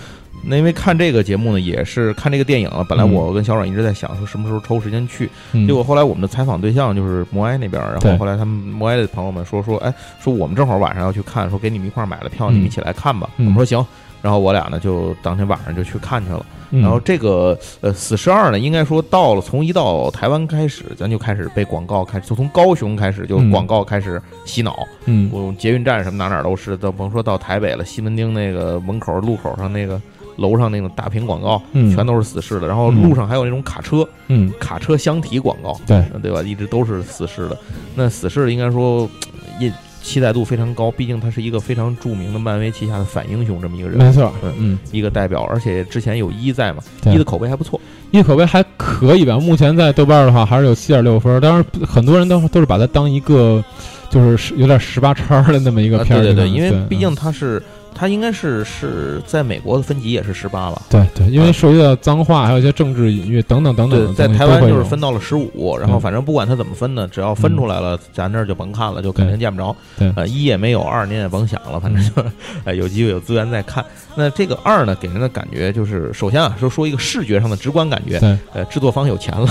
那因为看这个节目呢，也是看这个电影啊。本来我跟小阮一直在想说什么时候抽时间去， 嗯、 结果后来我们的采访对象就是摩埃那边，然后后来他们摩埃的朋友们说说，哎，说我们正好晚上要去看，说给你们一块买了票，嗯、你们一起来看吧。 嗯、 我们说行。然后我俩呢，就当天晚上就去看去了。 嗯、 然后这个呃《死侍二》呢，应该说到了从一到台湾开始，咱就开始被广告开始，就从高雄开始就广告开始洗脑。 嗯， 我捷运站什么哪哪都是，都甭说到台北了，西门町那个门口路口上那个楼上那种大屏广告， 嗯、 全都是死侍的。然后路上还有那种卡车， 嗯， 卡车箱体广告， 对对吧？一直都是死侍的。那死侍应该说也。期待度非常高，毕竟他是一个非常著名的漫威旗下的反英雄这么一个人， 没错， 嗯， 嗯一个代表，而且之前有一在嘛，一的口碑还不错， 一口碑还可以吧。目前在豆瓣的话还是有七点六分，当然很多人都都是把它当一个就是有点十八叉的那么一个片儿、 啊，对对对，因为毕竟它是。它应该是是在美国的分级也是十八吧？ 对对，因为涉及到脏话，还有一些政治隐喻等等等等。 对，在台湾就是分到了十五，然后反正不管它怎么分呢，只要分出来了，咱这儿就甭看了，就肯定见不着。 对， 呃，一也没有，二您也甭想了，反正就呃有机会有资源再看。那这个二呢，给人的感觉就是，首先啊，说说一个视觉上的直观感觉， 对， 呃，制作方有钱了。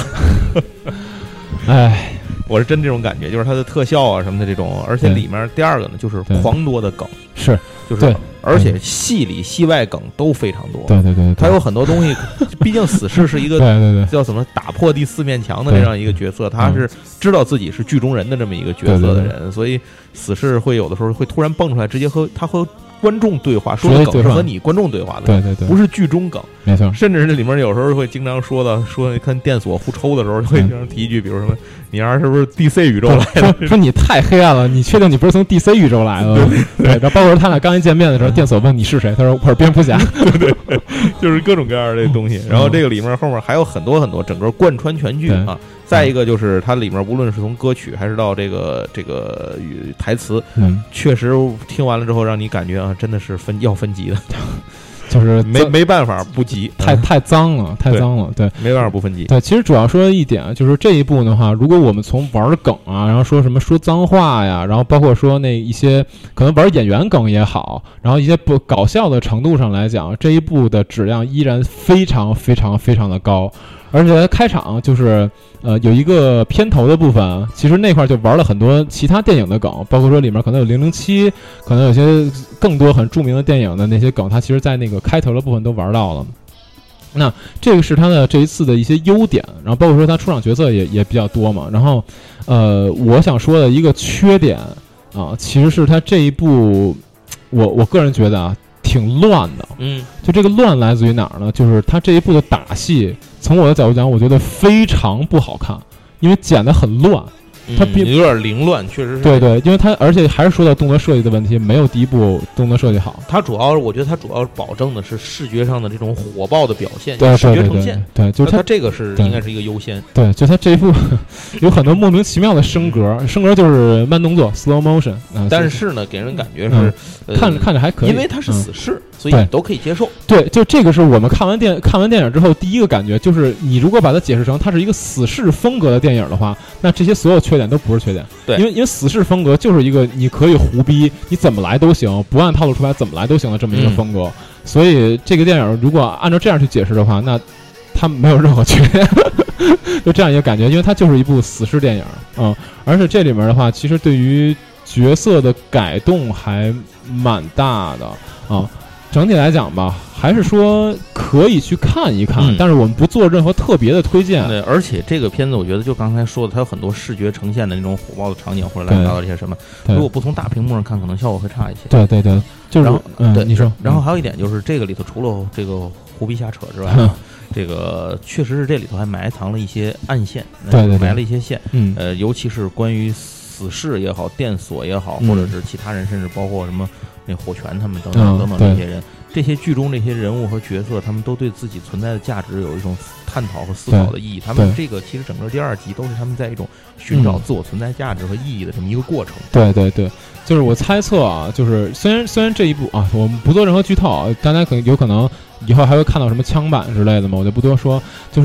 哎。 我是真这种感觉，就是它的特效啊什么的这种，而且里面第二个呢，就是狂多的梗， 是， 就是而且戏里戏外梗都非常多。 对对对， 它有很多东西，毕竟死侍是一个对对对叫什么打破第四面墙的这样一个角色，他是知道自己是剧中人的这么一个角色的人，所以死侍会有的时候会突然蹦出来，直接和他和观众对话，说的梗是和你观众对话的， 对对对， 不是剧中梗， 没错。 甚至这里面有时候会经常说的，说看电锁互抽的时候，会经常提一句，比如什么，你儿是不是 D C 宇宙来的？ 说, 说你太黑暗了，你确定你不是从 D C 宇宙来的？对, 对，然后包括他俩刚一见面的时候，电锁问你是谁，他说我是蝙蝠侠， 对对对，就是各种各样的东西。然后这个里面后面还有很多很多，整个贯穿全剧啊。再一个就是它里面无论是从歌曲还是到这个这个台词， 嗯， 确实听完了之后让你感觉啊，真的是分要分级的， 就是没没办法不急， 太太脏了，太脏了，对， 没办法不分级。 对，其实主要说一点就是这一部的话，如果我们从玩梗啊，然后说什么说脏话呀，然后包括说那一些可能玩演员梗也好，然后一些不搞笑的程度上来讲，这一部的质量依然非常非常非常的高。而且开场就是呃有一个片头的部分，其实那块就玩了很多其他电影的梗，包括说里面可能有零零七，可能有些更多很著名的电影的那些梗，它其实在那个开头的部分都玩到了。那这个是他的这一次的一些优点，然后包括说他出场角色也也比较多嘛。然后呃我想说的一个缺点啊，其实是他这一部我我个人觉得啊挺乱的。 嗯， 就这个乱来自于哪儿呢？就是他这一部的打戏，从我的角度讲，我觉得非常不好看，因为剪得很乱。它嗯、有点凌乱，确实是。 对对，因为它而且还是说到动作设计的问题，没有第一部动作设计好。 它主要，我觉得它主要保证的是视觉上的这种火爆的表现， 对视觉呈现。 对，对，就是它这个是应该是一个优先。 对，就它这一部有很多莫名其妙的升格，升格就是慢动作 （slow motion）、呃。 但是呢，给人感觉是、 嗯呃、 看着看着还可以， 因为它是死侍，嗯、所以你都可以接受。 对，就这个是我们看完电看完电影之后第一个感觉，就是你如果把它解释成它是一个死侍风格的电影的话，那这些所有缺点都不是缺点。 对， 因为因为死侍风格就是一个你可以胡逼，你怎么来都行，不按套路出牌怎么来都行的这么一个风格。嗯、所以这个电影如果按照这样去解释的话，那它没有任何缺点，就这样一个感觉，因为它就是一部死侍电影。嗯，而且这里面的话，其实对于角色的改动还蛮大的啊。整体来讲吧，还是说可以去看一看，嗯、但是我们不做任何特别的推荐。 对，而且这个片子我觉得就刚才说的，它有很多视觉呈现的那种火爆的场景，或者乱七八糟这些什么，如果不从大屏幕上看，可能效果会差一些。 对对对，就是然后、 嗯、 对你说， 然后还有一点就是这个里头除了这个胡逼瞎扯之外， 嗯、 这个确实是这里头还埋藏了一些暗线， 对对对， 埋了一些线， 嗯， 呃，尤其是关于死侍也好，电锁也好， 嗯、 或者是其他人，甚至包括什么那火拳他们等等等等这些人。嗯，这些剧中这些人物和角色，他们都对自己存在的价值有一种探讨和思考的意义。他们这个其实整个第二集都是他们在一种寻找自我存在价值和意义的这么一个过程。 对对对，就是我猜测啊，就是虽然虽然这一部啊，我们不做任何剧透，大家可能有可能以后还会看到什么枪版之类的嘛，我就不多说。就是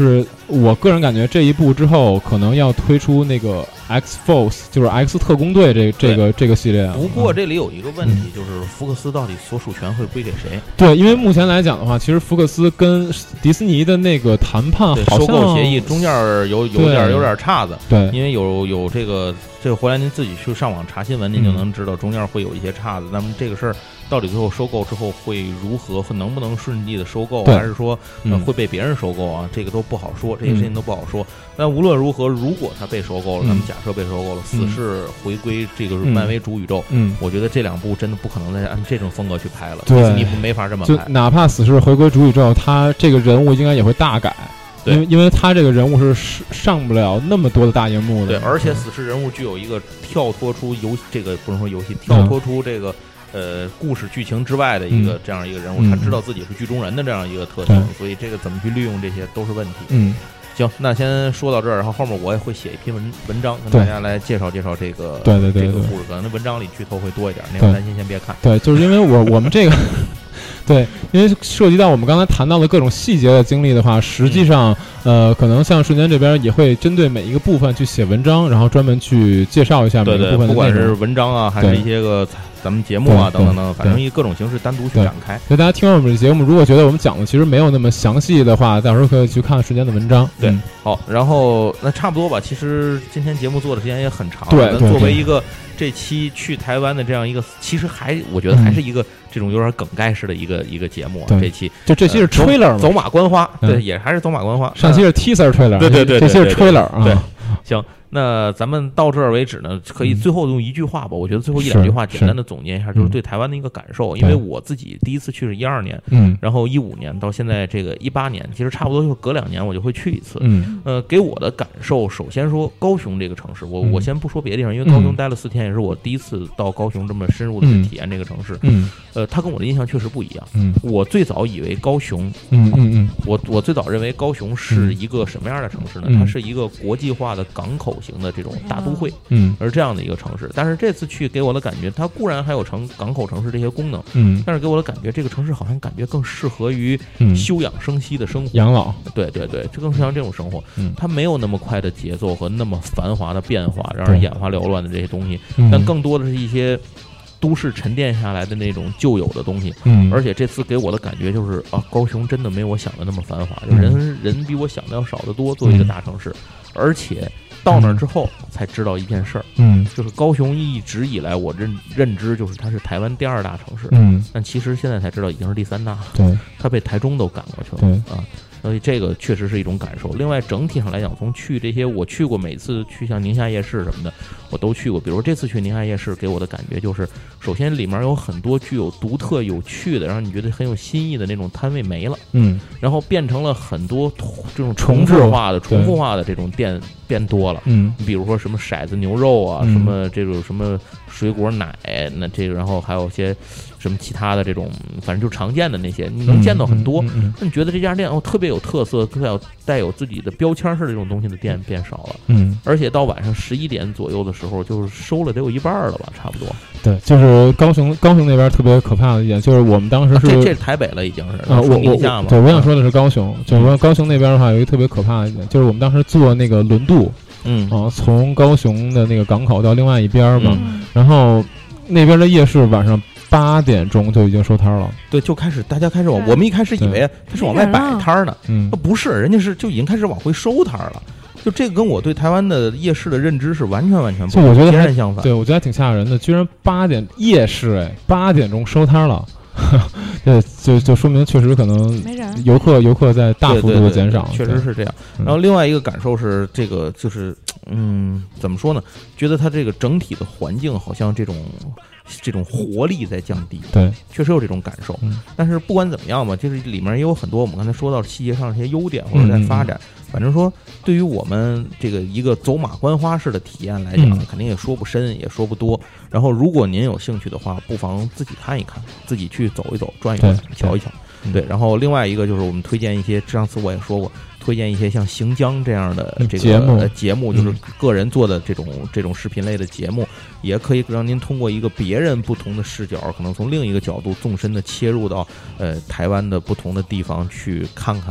我个人感觉这一部之后可能要推出那个 X Force， 就是 X 特工队这这个这个系列。 不过这里有一个问题，嗯、就是福克斯到底所属权会归给谁？ 对，因为目前来讲的话，其实福克斯跟迪士尼的那个谈判好像收购协议中间有有点有点岔子。 对， 因为有有这个这个回来您自己去上网查新闻，您就能知道中间会有一些岔子。那么这个事儿到底最后收购之后会如何，会能不能顺利的收购，还是说、呃、会被别人收购啊？这个都不好说，这些事情都不好说。嗯、但无论如何，如果它被收购了，咱们假设被收购了，死侍回归这个漫威主宇宙，嗯，我觉得这两部真的不可能再按这种风格去拍了， 对， 你没法这么拍。 就哪怕死侍回归主宇宙，他这个人物应该也会大改。因为因为他这个人物是上不了那么多的大荧幕的， 对，而且死侍人物具有一个跳脱出游这个不能说游戏，跳脱出这个、嗯、呃故事剧情之外的一个、嗯、这样一个人物，他知道自己是剧中人的这样一个特性，嗯、所以这个怎么去利用这些都是问题。 嗯， 行，那先说到这儿，然后后面我也会写一篇文文章跟大家来介绍介绍这个对对对这个故事，可能那文章里剧透会多一点，那个担心先别看。 对，就是因为我我们这个。对，因为涉及到我们刚才谈到的各种细节的经历的话，实际上，呃，可能像瞬间这边也会针对每一个部分去写文章，然后专门去介绍一下每个部分的内容。 对对，不管是文章啊，还是一些个咱们节目啊等等等，反正以各种形式单独去展开。 所以大家听完我们的节目，如果觉得我们讲的其实没有那么详细的话，到时候可以去看瞬间的文章。 对， 嗯、 好，然后那差不多吧。其实今天节目做的时间也很长， 对， 作为一个这期去台湾的这样一个，其实还我觉得还是一个这种有点梗概式的一个、嗯、一个节目啊。这期就这期是 trailer 嘛、 呃、走, 走马观花， 嗯、 对，也还是走马观花。 上期是 teaser trailer， 对对 对, 对, 对, 对， 这期是 trailer 啊。 对，行。那咱们到这儿为止呢，可以最后用一句话吧，嗯、我觉得最后一两句话简单的总结一下，就是对台湾的一个感受。因为我自己第一次去是一二年， 嗯， 然后一五年到现在这个一八年，其实差不多就是隔两年我就会去一次， 嗯， 呃，给我的感受，首先说高雄这个城市，我我先不说别的地方，因为高雄待了四天，也是我第一次到高雄这么深入的去体验这个城市， 嗯， 呃，它跟我的印象确实不一样， 嗯， 我最早以为高雄， 嗯嗯嗯， 我我最早认为高雄是一个什么样的城市呢？ 嗯、 它是一个国际化的港口型的这种大都会， 嗯， 而这样的一个城市，但是这次去给我的感觉，它固然还有城港口城市这些功能， 嗯， 但是给我的感觉，这个城市好像感觉更适合于休养生息的生活， 养老， 对对对，这更像这种生活， 嗯， 它没有那么快的节奏和那么繁华的变化，让人眼花缭乱的这些东西， 嗯、 但更多的是一些都市沉淀下来的那种旧有的东西， 嗯， 而且这次给我的感觉就是啊，高雄真的没我想的那么繁华，就人、嗯、人比我想的要少得多，作为一个大城市，而且。到那儿之后才知道一件事儿， 嗯， 就是高雄一直以来我认认知就是它是台湾第二大城市， 嗯， 但其实现在才知道已经是第三大， 对， 它被台中都赶过去了， 对啊，所以这个确实是一种感受。另外整体上来讲，从去这些我去过，每次去像宁夏夜市什么的，我都去过。比如这次去宁夏夜市，给我的感觉就是，首先里面有很多具有独特、有趣的，让你觉得很有新意的那种摊位没了， 嗯， 然后变成了很多这种重复化的、重复化的这种店变多了， 嗯， 比如说什么骰子牛肉啊， 嗯、 什么这种什么水果奶，那这个然后还有些什么其他的这种，反正就常见的那些，你能见到很多。那、 嗯嗯嗯、 你觉得这家店哦特别有特色，特别有带有自己的标签式的这种东西的店变少了， 嗯， 而且到晚上十一点左右的时候，就是收了得有一半了吧，差不多。 对，就是高雄高雄那边特别可怕的一点，就是我们当时是、 啊、这这是台北了已经是啊，我宁夏嘛。 对，我想说的是高雄，就是说高雄那边的话有一个特别可怕的一点，就是我们当时坐那个轮渡。 嗯啊，从高雄的那个港口到另外一边嘛， 嗯、 然后那边的夜市晚上八点钟就已经收摊了。 对，就开始大家开始往，我们一开始以为他是往外摆摊呢， 嗯， 不是，人家是就已经开始往回收摊了。就这个跟我对台湾的夜市的认知是完全完全不同， 我觉得截然相反。 对，我觉得还挺吓人的，居然八点夜市哎，八点钟收摊了。对，就就说明确实可能游客游客在大幅度的减少， 确实是这样。然后另外一个感受是，这个就是嗯，怎么说呢？觉得它这个整体的环境好像这种这种活力在降低， 对， 确实有这种感受。 嗯、 但是不管怎么样吧，就是里面也有很多我们刚才说到细节上的一些优点或者在发展。 嗯反正说，对于我们这个一个走马观花式的体验来讲， 嗯、 肯定也说不深，也说不多。然后，如果您有兴趣的话，不妨自己看一看，自己去走一走、转一转、瞧一瞧。对，然后另外一个就是我们推荐一些，上次我也说过，推荐一些像行江这样的这个节目， 呃、节目就是个人做的这种、嗯、这种视频类的节目，也可以让您通过一个别人不同的视角，可能从另一个角度纵深的切入到呃台湾的不同的地方去看看。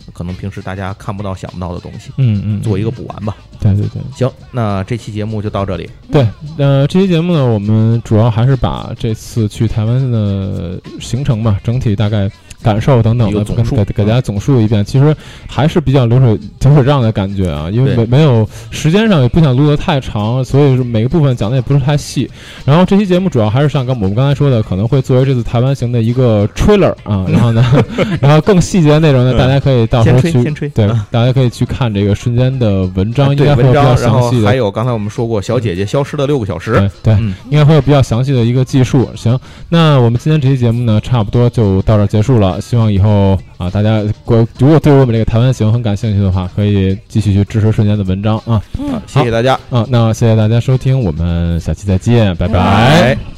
可能平时大家看不到想不到的东西， 嗯嗯， 做一个补完吧。 对对对， 行，那这期节目就到这里。 对，呃，这期节目呢，我们主要还是把这次去台湾的行程嘛，整体大概感受等等的跟给给大家总述一遍。其实还是比较流水流水账的感觉啊，因为没没有时间上也不想录得太长，所以每个部分讲的也不是太细。然后这期节目主要还是像刚我们刚才说的，可能会作为这次台湾行的一个 trailer 啊，然后呢，然后更细节的内容呢，大家可以到时候去先吹对，大家可以去看这个瞬间的文章，应该会有比较详细的。 还有刚才我们说过，小姐姐消失的六个小时， 对对、嗯，应该会有比较详细的一个记述。行，那我们今天这期节目呢，差不多就到这儿结束了。希望以后啊，大家如果对我们这个台湾行很感兴趣的话，可以继续去支持瞬间的文章啊。 嗯，谢谢大家啊，那谢谢大家收听，我们下期再见，拜拜。 拜拜。